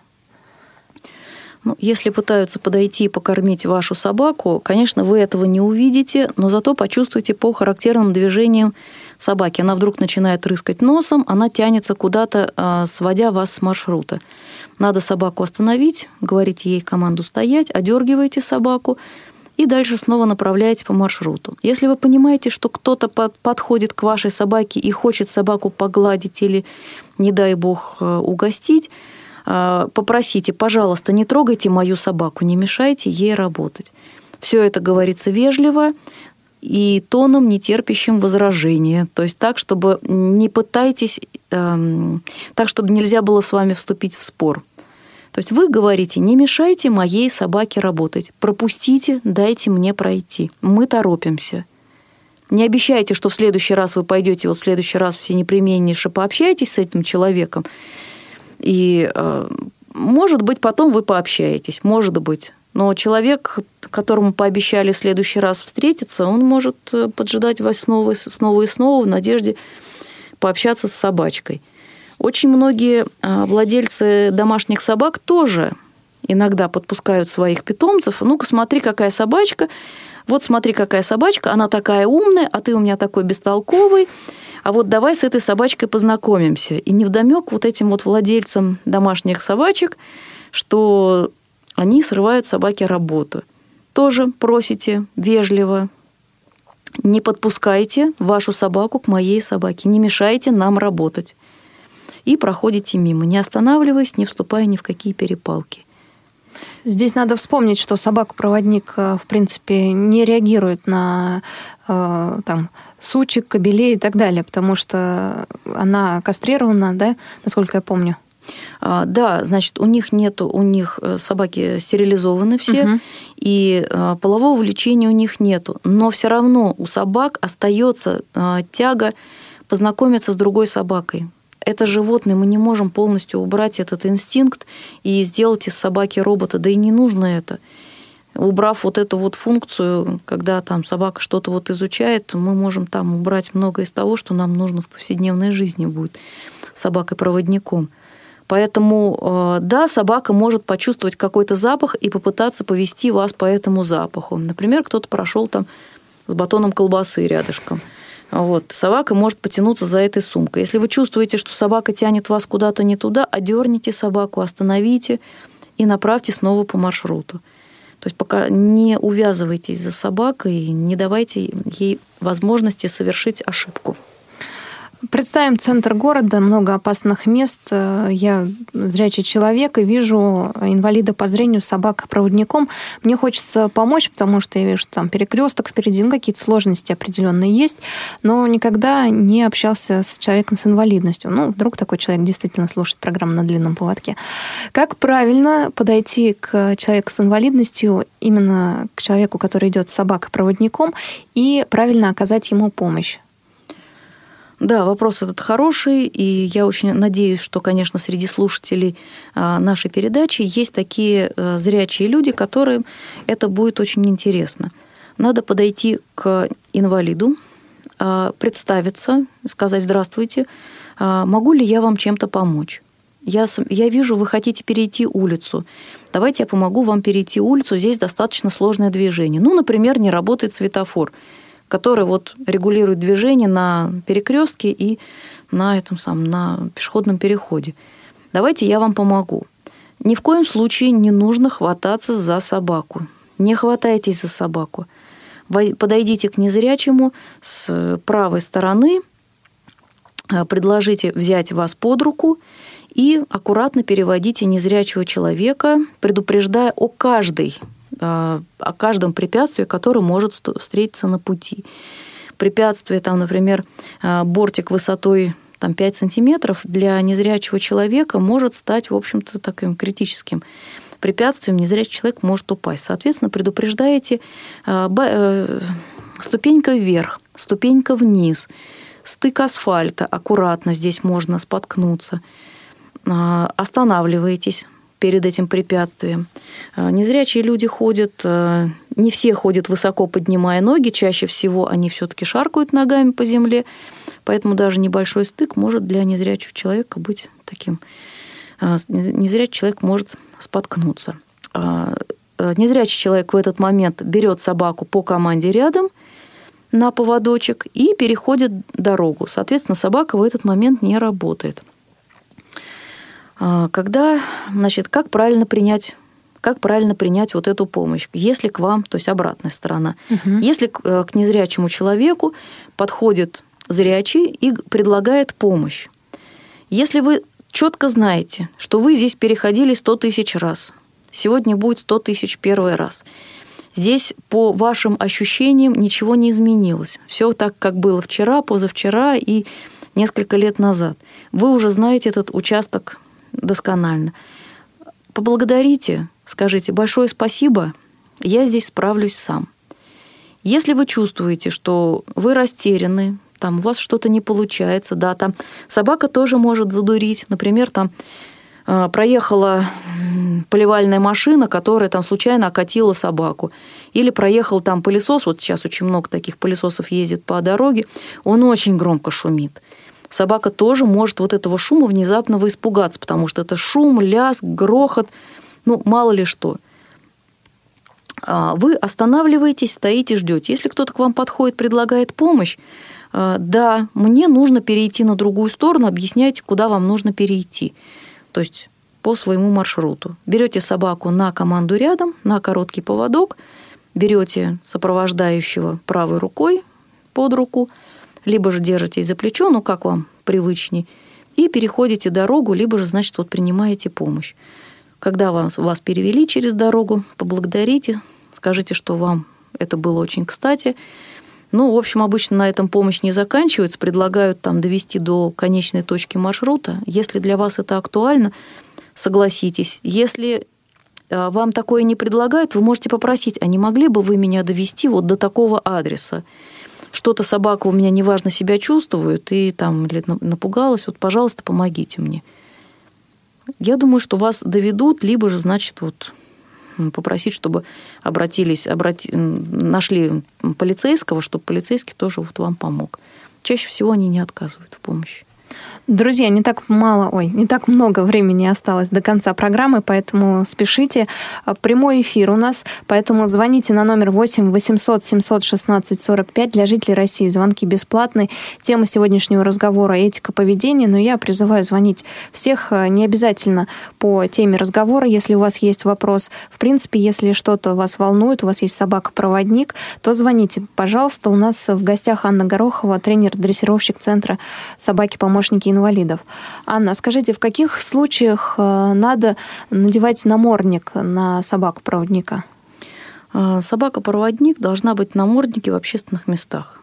Ну, если пытаются подойти и покормить вашу собаку, конечно, вы этого не увидите, но зато почувствуете по характерным движениям собаки. Она вдруг начинает рыскать носом, она тянется куда-то, сводя вас с маршрута. Надо собаку остановить, говорите ей команду стоять, одергиваете собаку и дальше снова направляете по маршруту. Если вы понимаете, что кто-то подходит к вашей собаке и хочет собаку погладить или, не дай бог, угостить, попросите, пожалуйста, не трогайте мою собаку, не мешайте ей работать. Все это говорится вежливо и тоном, не терпящим возражения. То есть так, чтобы не пытайтесь, эм, так, чтобы нельзя было с вами вступить в спор. То есть вы говорите, не мешайте моей собаке работать, пропустите, дайте мне пройти, мы торопимся. Не обещайте, что в следующий раз вы пойдете, вот в следующий раз все непременнейше пообщаетесь с этим человеком, и, может быть, потом вы пообщаетесь, может быть. Но человек, которому пообещали в следующий раз встретиться, он может поджидать вас снова, снова и снова в надежде пообщаться с собачкой. Очень многие владельцы домашних собак тоже иногда подпускают своих питомцев. Ну-ка, смотри, какая собачка. Вот смотри, какая собачка, она такая умная, а ты у меня такой бестолковый. А вот давай с этой собачкой познакомимся. И невдомёк вот этим вот владельцам домашних собачек, что они срывают собаке работу. Тоже просите вежливо, не подпускайте вашу собаку к моей собаке, не мешайте нам работать. И проходите мимо, не останавливаясь, не вступая ни в какие перепалки. Здесь надо вспомнить, что собака-проводник, в принципе, не реагирует на там, сучек, кобелей и так далее, потому что она кастрирована, да, насколько я помню? Да, значит, у них нету, у них собаки стерилизованы все, угу. И полового влечения у них нету. Но все равно у собак остается тяга познакомиться с другой собакой. Это животное, мы не можем полностью убрать этот инстинкт и сделать из собаки робота, да и не нужно это. Убрав вот эту вот функцию, когда там собака что-то вот изучает, мы можем там убрать многое из того, что нам нужно в повседневной жизни будет собакой-проводником. Поэтому, да, собака может почувствовать какой-то запах и попытаться повести вас по этому запаху. Например, кто-то прошел там с батоном колбасы рядышком. Вот. Собака может потянуться за этой сумкой. Если вы чувствуете, что собака тянет вас куда-то не туда, одерните собаку, остановите и направьте снова по маршруту. То есть пока не увязывайтесь за собакой, не давайте ей возможности совершить ошибку. Представим центр города, много опасных мест. Я зрячий человек и вижу инвалида по зрению собака-проводником. Мне хочется помочь, потому что я вижу, что там перекресток впереди, ну, какие-то сложности определенные есть, но никогда не общался с человеком с инвалидностью. Ну, вдруг такой человек действительно слушает программу «На длинном поводке». Как правильно подойти к человеку с инвалидностью, именно к человеку, который идет с собакой-проводником, и правильно оказать ему помощь? Да, вопрос этот хороший, и я очень надеюсь, что, конечно, среди слушателей нашей передачи есть такие зрячие люди, которым это будет очень интересно. Надо подойти к инвалиду, представиться, сказать: «Здравствуйте, могу ли я вам чем-то помочь? Я, я вижу, вы хотите перейти улицу. Давайте я помогу вам перейти улицу, здесь достаточно сложное движение. Ну, например, не работает светофор, который вот регулирует движение на перекрестке и на этом самом, на пешеходном переходе. Давайте я вам помогу». Ни в коем случае не нужно хвататься за собаку. Не хватайтесь за собаку. Подойдите к незрячему с правой стороны, предложите взять вас под руку и аккуратно переводите незрячего человека, предупреждая о каждой о каждом препятствии, которое может встретиться на пути. Препятствие, там, например, бортик высотой там, пять сантиметров для незрячего человека может стать, в общем-то, таким критическим препятствием незрячий человек может упасть. Соответственно, предупреждаете ступенька вверх, ступенька вниз, стык асфальта, аккуратно, здесь можно споткнуться. Останавливаетесь перед этим препятствием. Незрячие люди ходят, не все ходят высоко, поднимая ноги, чаще всего они все-таки шаркают ногами по земле, поэтому даже небольшой стык может для незрячего человека быть таким. Незрячий человек может споткнуться. Незрячий человек в этот момент берет собаку по команде рядом на поводочек и переходит дорогу. Соответственно, собака в этот момент не работает. Когда, значит, как правильно принять, как правильно принять вот эту помощь? Если к вам, то есть обратная сторона, угу. Если к незрячему человеку подходит зрячий и предлагает помощь, если вы четко знаете, что вы здесь переходили сто тысяч раз, сегодня будет сто тысяч первый раз, здесь по вашим ощущениям ничего не изменилось, все так, как было вчера, позавчера и несколько лет назад, вы уже знаете этот участок досконально. Поблагодарите, скажите большое спасибо, я здесь справлюсь сам. Если вы чувствуете, что вы растеряны, там у вас что-то не получается, да, там собака тоже может задурить, например, там проехала поливальная машина, которая там случайно окатила собаку, или проехал там пылесос, вот сейчас очень много таких пылесосов ездит по дороге, он очень громко шумит. Собака тоже может вот этого шума внезапно испугаться, потому что это шум, лязг, грохот, ну, мало ли что. Вы останавливаетесь, стоите, ждете. Если кто-то к вам подходит, предлагает помощь, да, мне нужно перейти на другую сторону, объясняйте, куда вам нужно перейти. То есть по своему маршруту. Берете собаку на команду рядом, на короткий поводок, берете сопровождающего правой рукой под руку, либо же держитесь за плечо, ну, как вам привычней, и переходите дорогу, либо же, значит, вот принимаете помощь. Когда вас, вас перевели через дорогу, поблагодарите, скажите, что вам это было очень кстати. Ну, в общем, обычно на этом помощь не заканчивается, предлагают там довести до конечной точки маршрута. Если для вас это актуально, согласитесь. Если вам такое не предлагают, вы можете попросить, а не могли бы вы меня довести вот до такого адреса? Что-то собака у меня неважно себя чувствует и там или напугалась, вот, пожалуйста, помогите мне. Я думаю, что вас доведут, либо же, значит, вот попросить, чтобы обратились, обрати, нашли полицейского, чтобы полицейский тоже вот вам помог. Чаще всего они не отказывают в помощи. Друзья, не так мало, ой, не так много времени осталось до конца программы, поэтому спешите. Прямой эфир у нас, поэтому звоните на номер восемь восемьсот семьсот шестнадцать сорок пять. Для жителей России звонки бесплатные. Тема сегодняшнего разговора — этика поведения, но я призываю звонить всех, не обязательно по теме разговора, если у вас есть вопрос. В принципе, если что-то вас волнует, у вас есть собака-проводник, то звоните, пожалуйста. У нас в гостях Анна Горохова, тренер-дрессировщик Центра «Собаки-помощники инвалидов». Анна, скажите, в каких случаях надо надевать намордник на собаку-проводника? Собака-проводник должна быть в наморднике в общественных местах.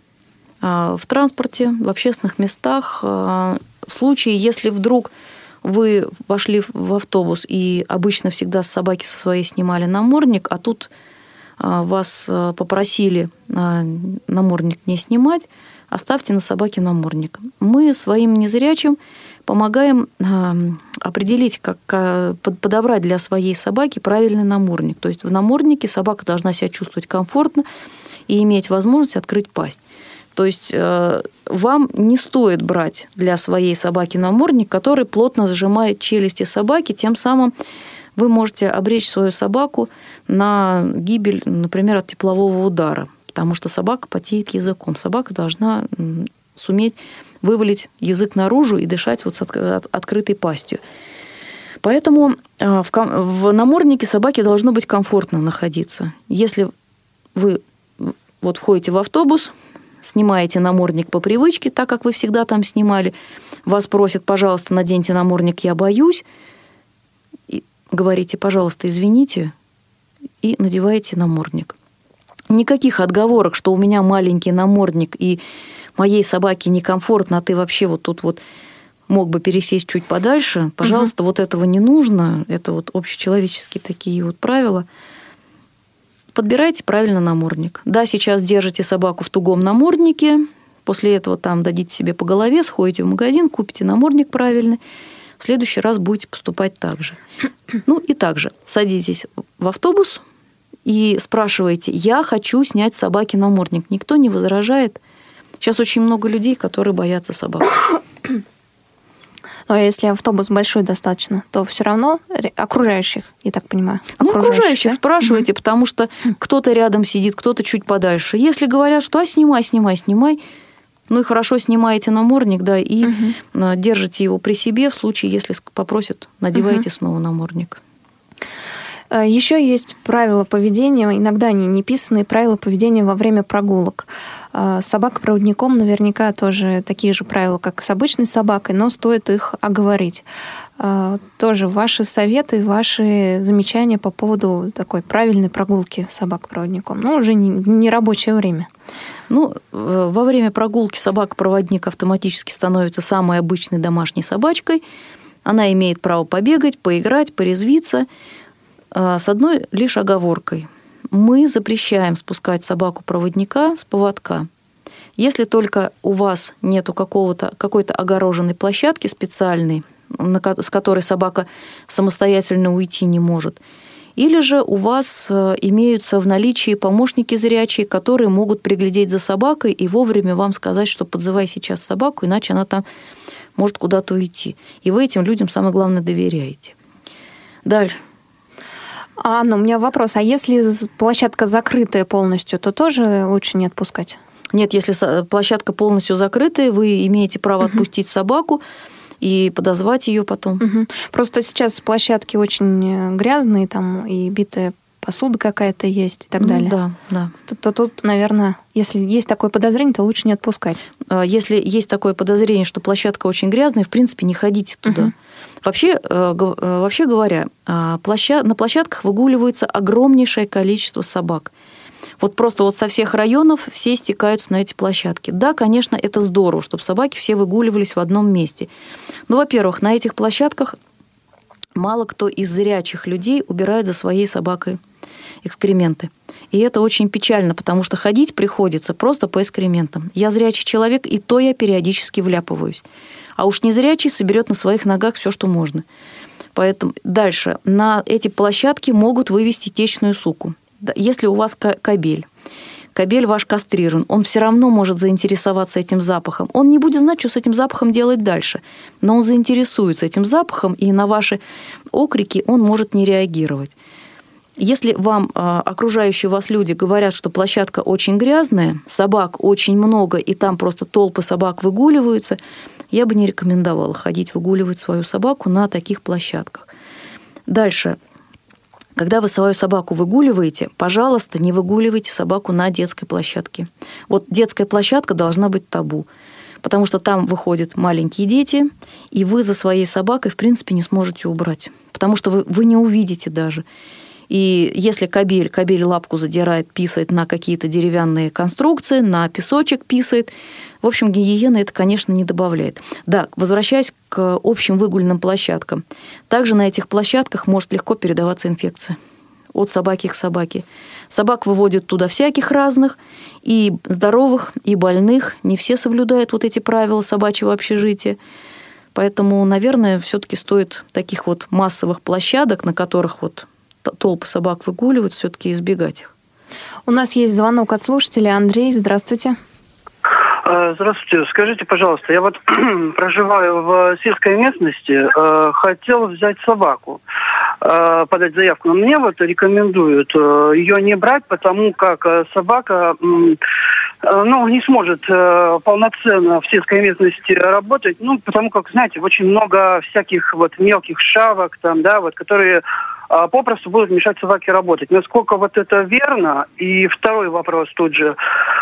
В транспорте, в общественных местах. В случае, если вдруг вы вошли в автобус и обычно всегда с собаки со своей снимали намордник, а тут вас попросили намордник не снимать, оставьте на собаке намордник. Мы своим незрячим помогаем определить, как подобрать для своей собаки правильный намордник. То есть в наморднике собака должна себя чувствовать комфортно и иметь возможность открыть пасть. То есть вам не стоит брать для своей собаки намордник, который плотно сжимает челюсти собаки, тем самым вы можете обречь свою собаку на гибель, например, от теплового удара, потому что собака потеет языком. Собака должна суметь вывалить язык наружу и дышать вот с открытой пастью. Поэтому в наморднике собаке должно быть комфортно находиться. Если вы вот входите в автобус, снимаете намордник по привычке, так как вы всегда там снимали, вас просят, пожалуйста, наденьте намордник, я боюсь, и говорите, пожалуйста, извините, и надеваете намордник. Никаких отговорок, что у меня маленький намордник, и моей собаке некомфортно, а ты вообще вот тут вот мог бы пересесть чуть подальше, пожалуйста, угу. вот этого не нужно. Это вот общечеловеческие такие вот правила. Подбирайте правильно намордник. Да, сейчас держите собаку в тугом наморднике, после этого там дадите себе по голове, сходите в магазин, купите намордник правильный, в следующий раз будете поступать так же. Ну и также садитесь в автобус и спрашиваете: я хочу снять с собаки намордник. Никто не возражает. Сейчас очень много людей, которые боятся собак. Но если автобус большой достаточно, то все равно окружающих, я так понимаю. Ну, окружающих, окружающих да? спрашивайте, mm-hmm. потому что кто-то рядом сидит, кто-то чуть подальше. Если говорят, что а, снимай, снимай, снимай, ну и хорошо снимаете намордник, да, и mm-hmm. держите его при себе, в случае, если попросят, надеваете mm-hmm. снова намордник. Еще есть правила поведения, иногда они не писанные, правила поведения во время прогулок. С собакой-проводником наверняка тоже такие же правила, как с обычной собакой, но стоит их оговорить. Тоже ваши советы, ваши замечания по поводу такой правильной прогулки с собакой-проводником, но уже не в нерабочее время. Ну, во время прогулки собака-проводник автоматически становится самой обычной домашней собачкой. Она имеет право побегать, поиграть, порезвиться, с одной лишь оговоркой. Мы запрещаем спускать собаку-проводника с поводка. Если только у вас нету какого-то, какой-то огороженной площадки специальной, с которой собака самостоятельно уйти не может, или же у вас имеются в наличии помощники зрячие, которые могут приглядеть за собакой и вовремя вам сказать, что подзывай сейчас собаку, иначе она там может куда-то уйти. И вы этим людям, самое главное, доверяете. Дальше. Анна, у меня вопрос. А если площадка закрытая полностью, то тоже лучше не отпускать? Нет, если площадка полностью закрытая, вы имеете право угу. отпустить собаку и подозвать ее потом. Угу. Просто сейчас площадки очень грязные, там и битая посуда какая-то есть и так ну, далее. Да, да. То, то тут, наверное, если есть такое подозрение, то лучше не отпускать. Если есть такое подозрение, что площадка очень грязная, в принципе, не ходите туда. Угу. Вообще, вообще говоря, на площадках выгуливается огромнейшее количество собак. Вот просто вот со всех районов все стекаются на эти площадки. Да, конечно, это здорово, чтобы собаки все выгуливались в одном месте. Но, во-первых, на этих площадках мало кто из зрячих людей убирает за своей собакой экскременты. И это очень печально, потому что ходить приходится просто по экскрементам. Я зрячий человек, и то я периодически вляпываюсь. А уж незрячий соберет на своих ногах все, что можно. Поэтому дальше. На эти площадки могут вывести течную суку. Если у вас кобель, кобель ваш кастрирован, он все равно может заинтересоваться этим запахом. Он не будет знать, что с этим запахом делать дальше, но он заинтересуется этим запахом, и на ваши окрики он может не реагировать. Если вам окружающие вас люди говорят, что площадка очень грязная, собак очень много, и там просто толпы собак выгуливаются, я бы не рекомендовала ходить выгуливать свою собаку на таких площадках. Дальше. Когда вы свою собаку выгуливаете, пожалуйста, не выгуливайте собаку на детской площадке. Вот детская площадка должна быть табу, потому что там выходят маленькие дети, и вы за своей собакой, в принципе, не сможете убрать, потому что вы, вы не увидите даже. И если кобель, кобель лапку задирает, писает на какие-то деревянные конструкции, на песочек писает, в общем, гигиены это, конечно, не добавляет. Да, возвращаясь к общим выгульным площадкам. Также на этих площадках может легко передаваться инфекция от собаки к собаке. Собак выводят туда всяких разных, и здоровых, и больных. Не все соблюдают вот эти правила собачьего общежития. Поэтому, наверное, все-таки стоит таких вот массовых площадок, на которых вот толпы собак выгуливают, все-таки избегать их. У нас есть звонок от слушателя. Андрей, здравствуйте. Здравствуйте. Скажите, пожалуйста, я вот проживаю в сельской местности, хотел взять собаку, подать заявку, но мне вот рекомендуют ее не брать, потому как собака ну, не сможет полноценно в сельской местности работать, ну, потому как, знаете, очень много всяких вот мелких шавок там, да, вот, которые попросту будут мешать собаке работать. Насколько вот это верно? И второй вопрос тут же.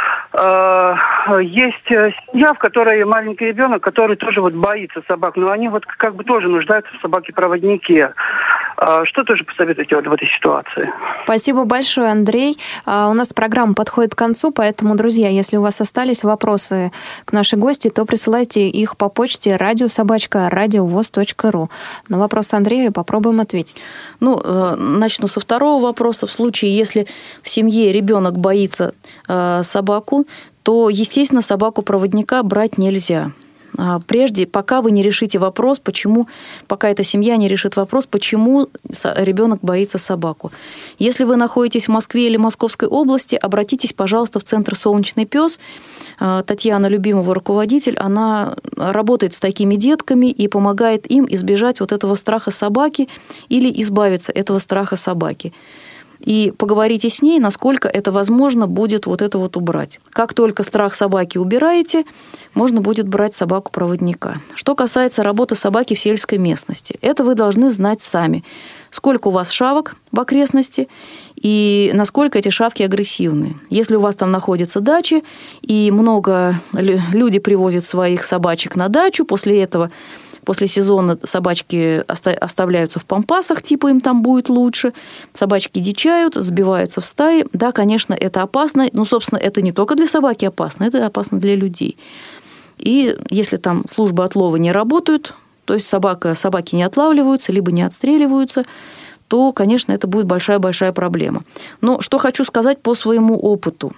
Есть семья, в которой маленький ребенок, который тоже вот боится собак, но они вот как бы тоже нуждаются в собаке-проводнике. Что тоже посоветуете вот в этой ситуации? Спасибо большое, Андрей. У нас программа подходит к концу, поэтому, друзья, если у вас остались вопросы к нашей гости, то присылайте их по почте радиособачка радиовоз точка ру. На вопрос Андрея попробуем ответить. Ну, начну со второго вопроса. В случае, если в семье ребенок боится собаку, то, естественно, собаку-проводника брать нельзя. Прежде, пока вы не решите вопрос, почему, пока эта семья не решит вопрос, почему ребенок боится собаку. Если вы находитесь в Москве или Московской области, обратитесь, пожалуйста, в центр «Солнечный пес». Татьяна, любимого руководитель, она работает с такими детками и помогает им избежать вот этого страха собаки или избавиться от этого страха собаки. И поговорите с ней, насколько это возможно будет вот это вот убрать. Как только страх собаки убираете, можно будет брать собаку-проводника. Что касается работы собаки в сельской местности, это вы должны знать сами. Сколько у вас шавок в окрестности и насколько эти шавки агрессивны. Если у вас там находятся дачи, и много люди привозят своих собачек на дачу, после этого после сезона собачки оставляются в пампасах, типа им там будет лучше. Собачки дичают, сбиваются в стаи. Да, конечно, это опасно. Но, собственно, это не только для собаки опасно, это опасно для людей. И если там службы отлова не работают, то есть собака, собаки не отлавливаются, либо не отстреливаются, то, конечно, это будет большая-большая проблема. Но что хочу сказать по своему опыту.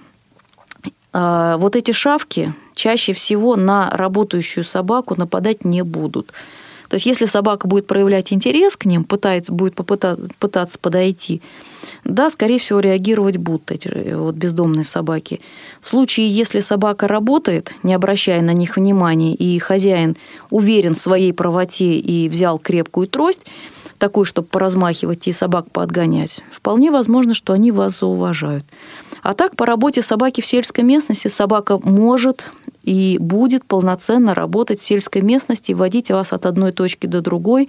Вот эти шавки чаще всего на работающую собаку нападать не будут. То есть если собака будет проявлять интерес к ним, пытается, будет попытаться, пытаться подойти, да, скорее всего, реагировать будут эти вот бездомные собаки. В случае, если собака работает, не обращая на них внимания, и хозяин уверен в своей правоте и взял крепкую трость, такую, чтобы поразмахивать и собак поотгонять, вполне возможно, что они вас зауважают. А так, по работе собаки в сельской местности собака может и будет полноценно работать в сельской местности и водить вас от одной точки до другой.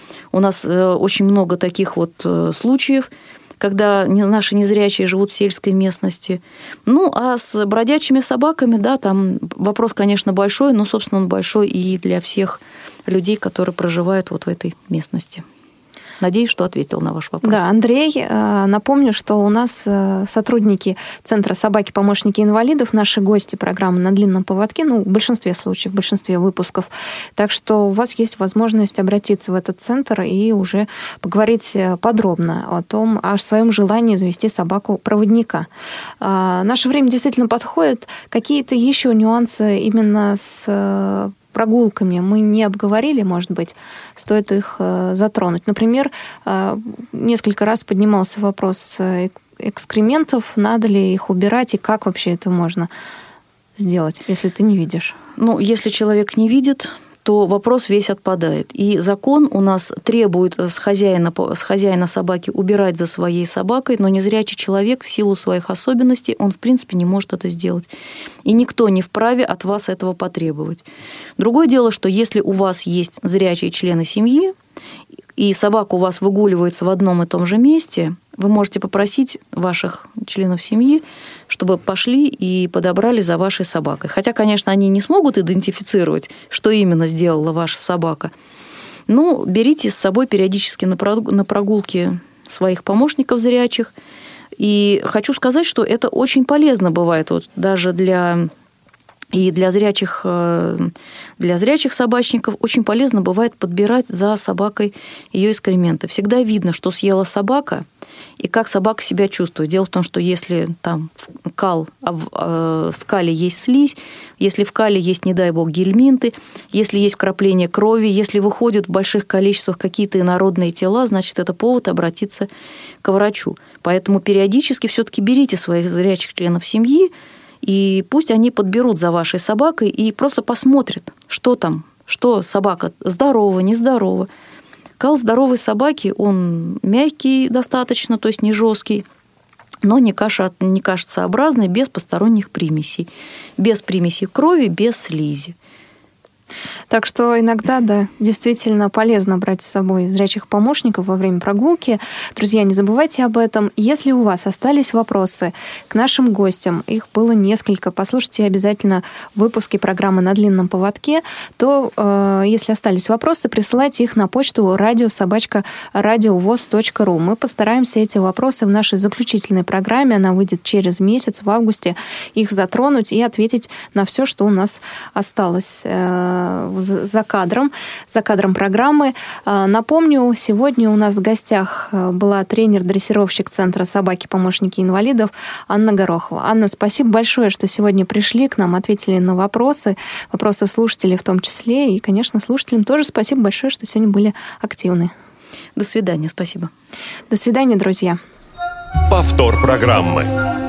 У нас очень много таких вот случаев, когда наши незрячие живут в сельской местности. Ну, а с бродячими собаками, да, там вопрос, конечно, большой, но, собственно, он большой и для всех людей, которые проживают вот в этой местности. Надеюсь, что ответил на ваш вопрос. Да, Андрей, напомню, что у нас сотрудники Центра «Собаки-помощники инвалидов», наши гости программы «На длинном поводке», ну, в большинстве случаев, в большинстве выпусков. Так что у вас есть возможность обратиться в этот центр и уже поговорить подробно о том, о своем желании завести собаку-проводника. Наше время действительно подходит. Какие-то еще нюансы именно с прогулками мы не обговорили, может быть, стоит их затронуть. Например, несколько раз поднимался вопрос экскрементов, надо ли их убирать и как вообще это можно сделать, если ты не видишь. Ну, если человек не видит, то вопрос весь отпадает. И закон у нас требует с хозяина, с хозяина собаки убирать за своей собакой, но незрячий человек в силу своих особенностей, он в принципе не может это сделать. И никто не вправе от вас этого потребовать. Другое дело, что если у вас есть зрячие члены семьи, и собака у вас выгуливается в одном и том же месте, вы можете попросить ваших членов семьи, чтобы пошли и подобрали за вашей собакой. Хотя, конечно, они не смогут идентифицировать, что именно сделала ваша собака. Но берите с собой периодически на прогулки своих помощников зрячих. И хочу сказать, что это очень полезно бывает вот даже для... И для зрячих, для зрячих собачников очень полезно бывает подбирать за собакой ее экскременты. Всегда видно, что съела собака и как собака себя чувствует. Дело в том, что если там кал, в кале есть слизь, если в кале есть, не дай бог, гельминты, если есть вкрапление крови, если выходят в больших количествах какие-то инородные тела, значит, это повод обратиться к врачу. Поэтому периодически все-таки берите своих зрячих членов семьи, и пусть они подберут за вашей собакой и просто посмотрят, что там, что собака здорова, нездорова. Кал здоровой собаки, он мягкий достаточно, то есть не жесткий, но не, каша, не кашицеобразный, без посторонних примесей. Без примесей крови, без слизи. Так что иногда, да, действительно полезно брать с собой зрячих помощников во время прогулки. Друзья, не забывайте об этом. Если у вас остались вопросы к нашим гостям, их было несколько, послушайте обязательно выпуски программы «На длинном поводке», то, э, если остались вопросы, присылайте их на почту радио собака радиовоз точка ру. Мы постараемся эти вопросы в нашей заключительной программе, она выйдет через месяц, в августе, их затронуть и ответить на все, что у нас осталось за кадром, за кадром программы. Напомню, сегодня у нас в гостях была тренер-дрессировщик Центра «Собаки-помощники инвалидов» Анна Горохова. Анна, спасибо большое, что сегодня пришли к нам, ответили на вопросы, вопросы слушателей в том числе. И, конечно, слушателям тоже спасибо большое, что сегодня были активны. До свидания, спасибо. До свидания, друзья. Повтор программы.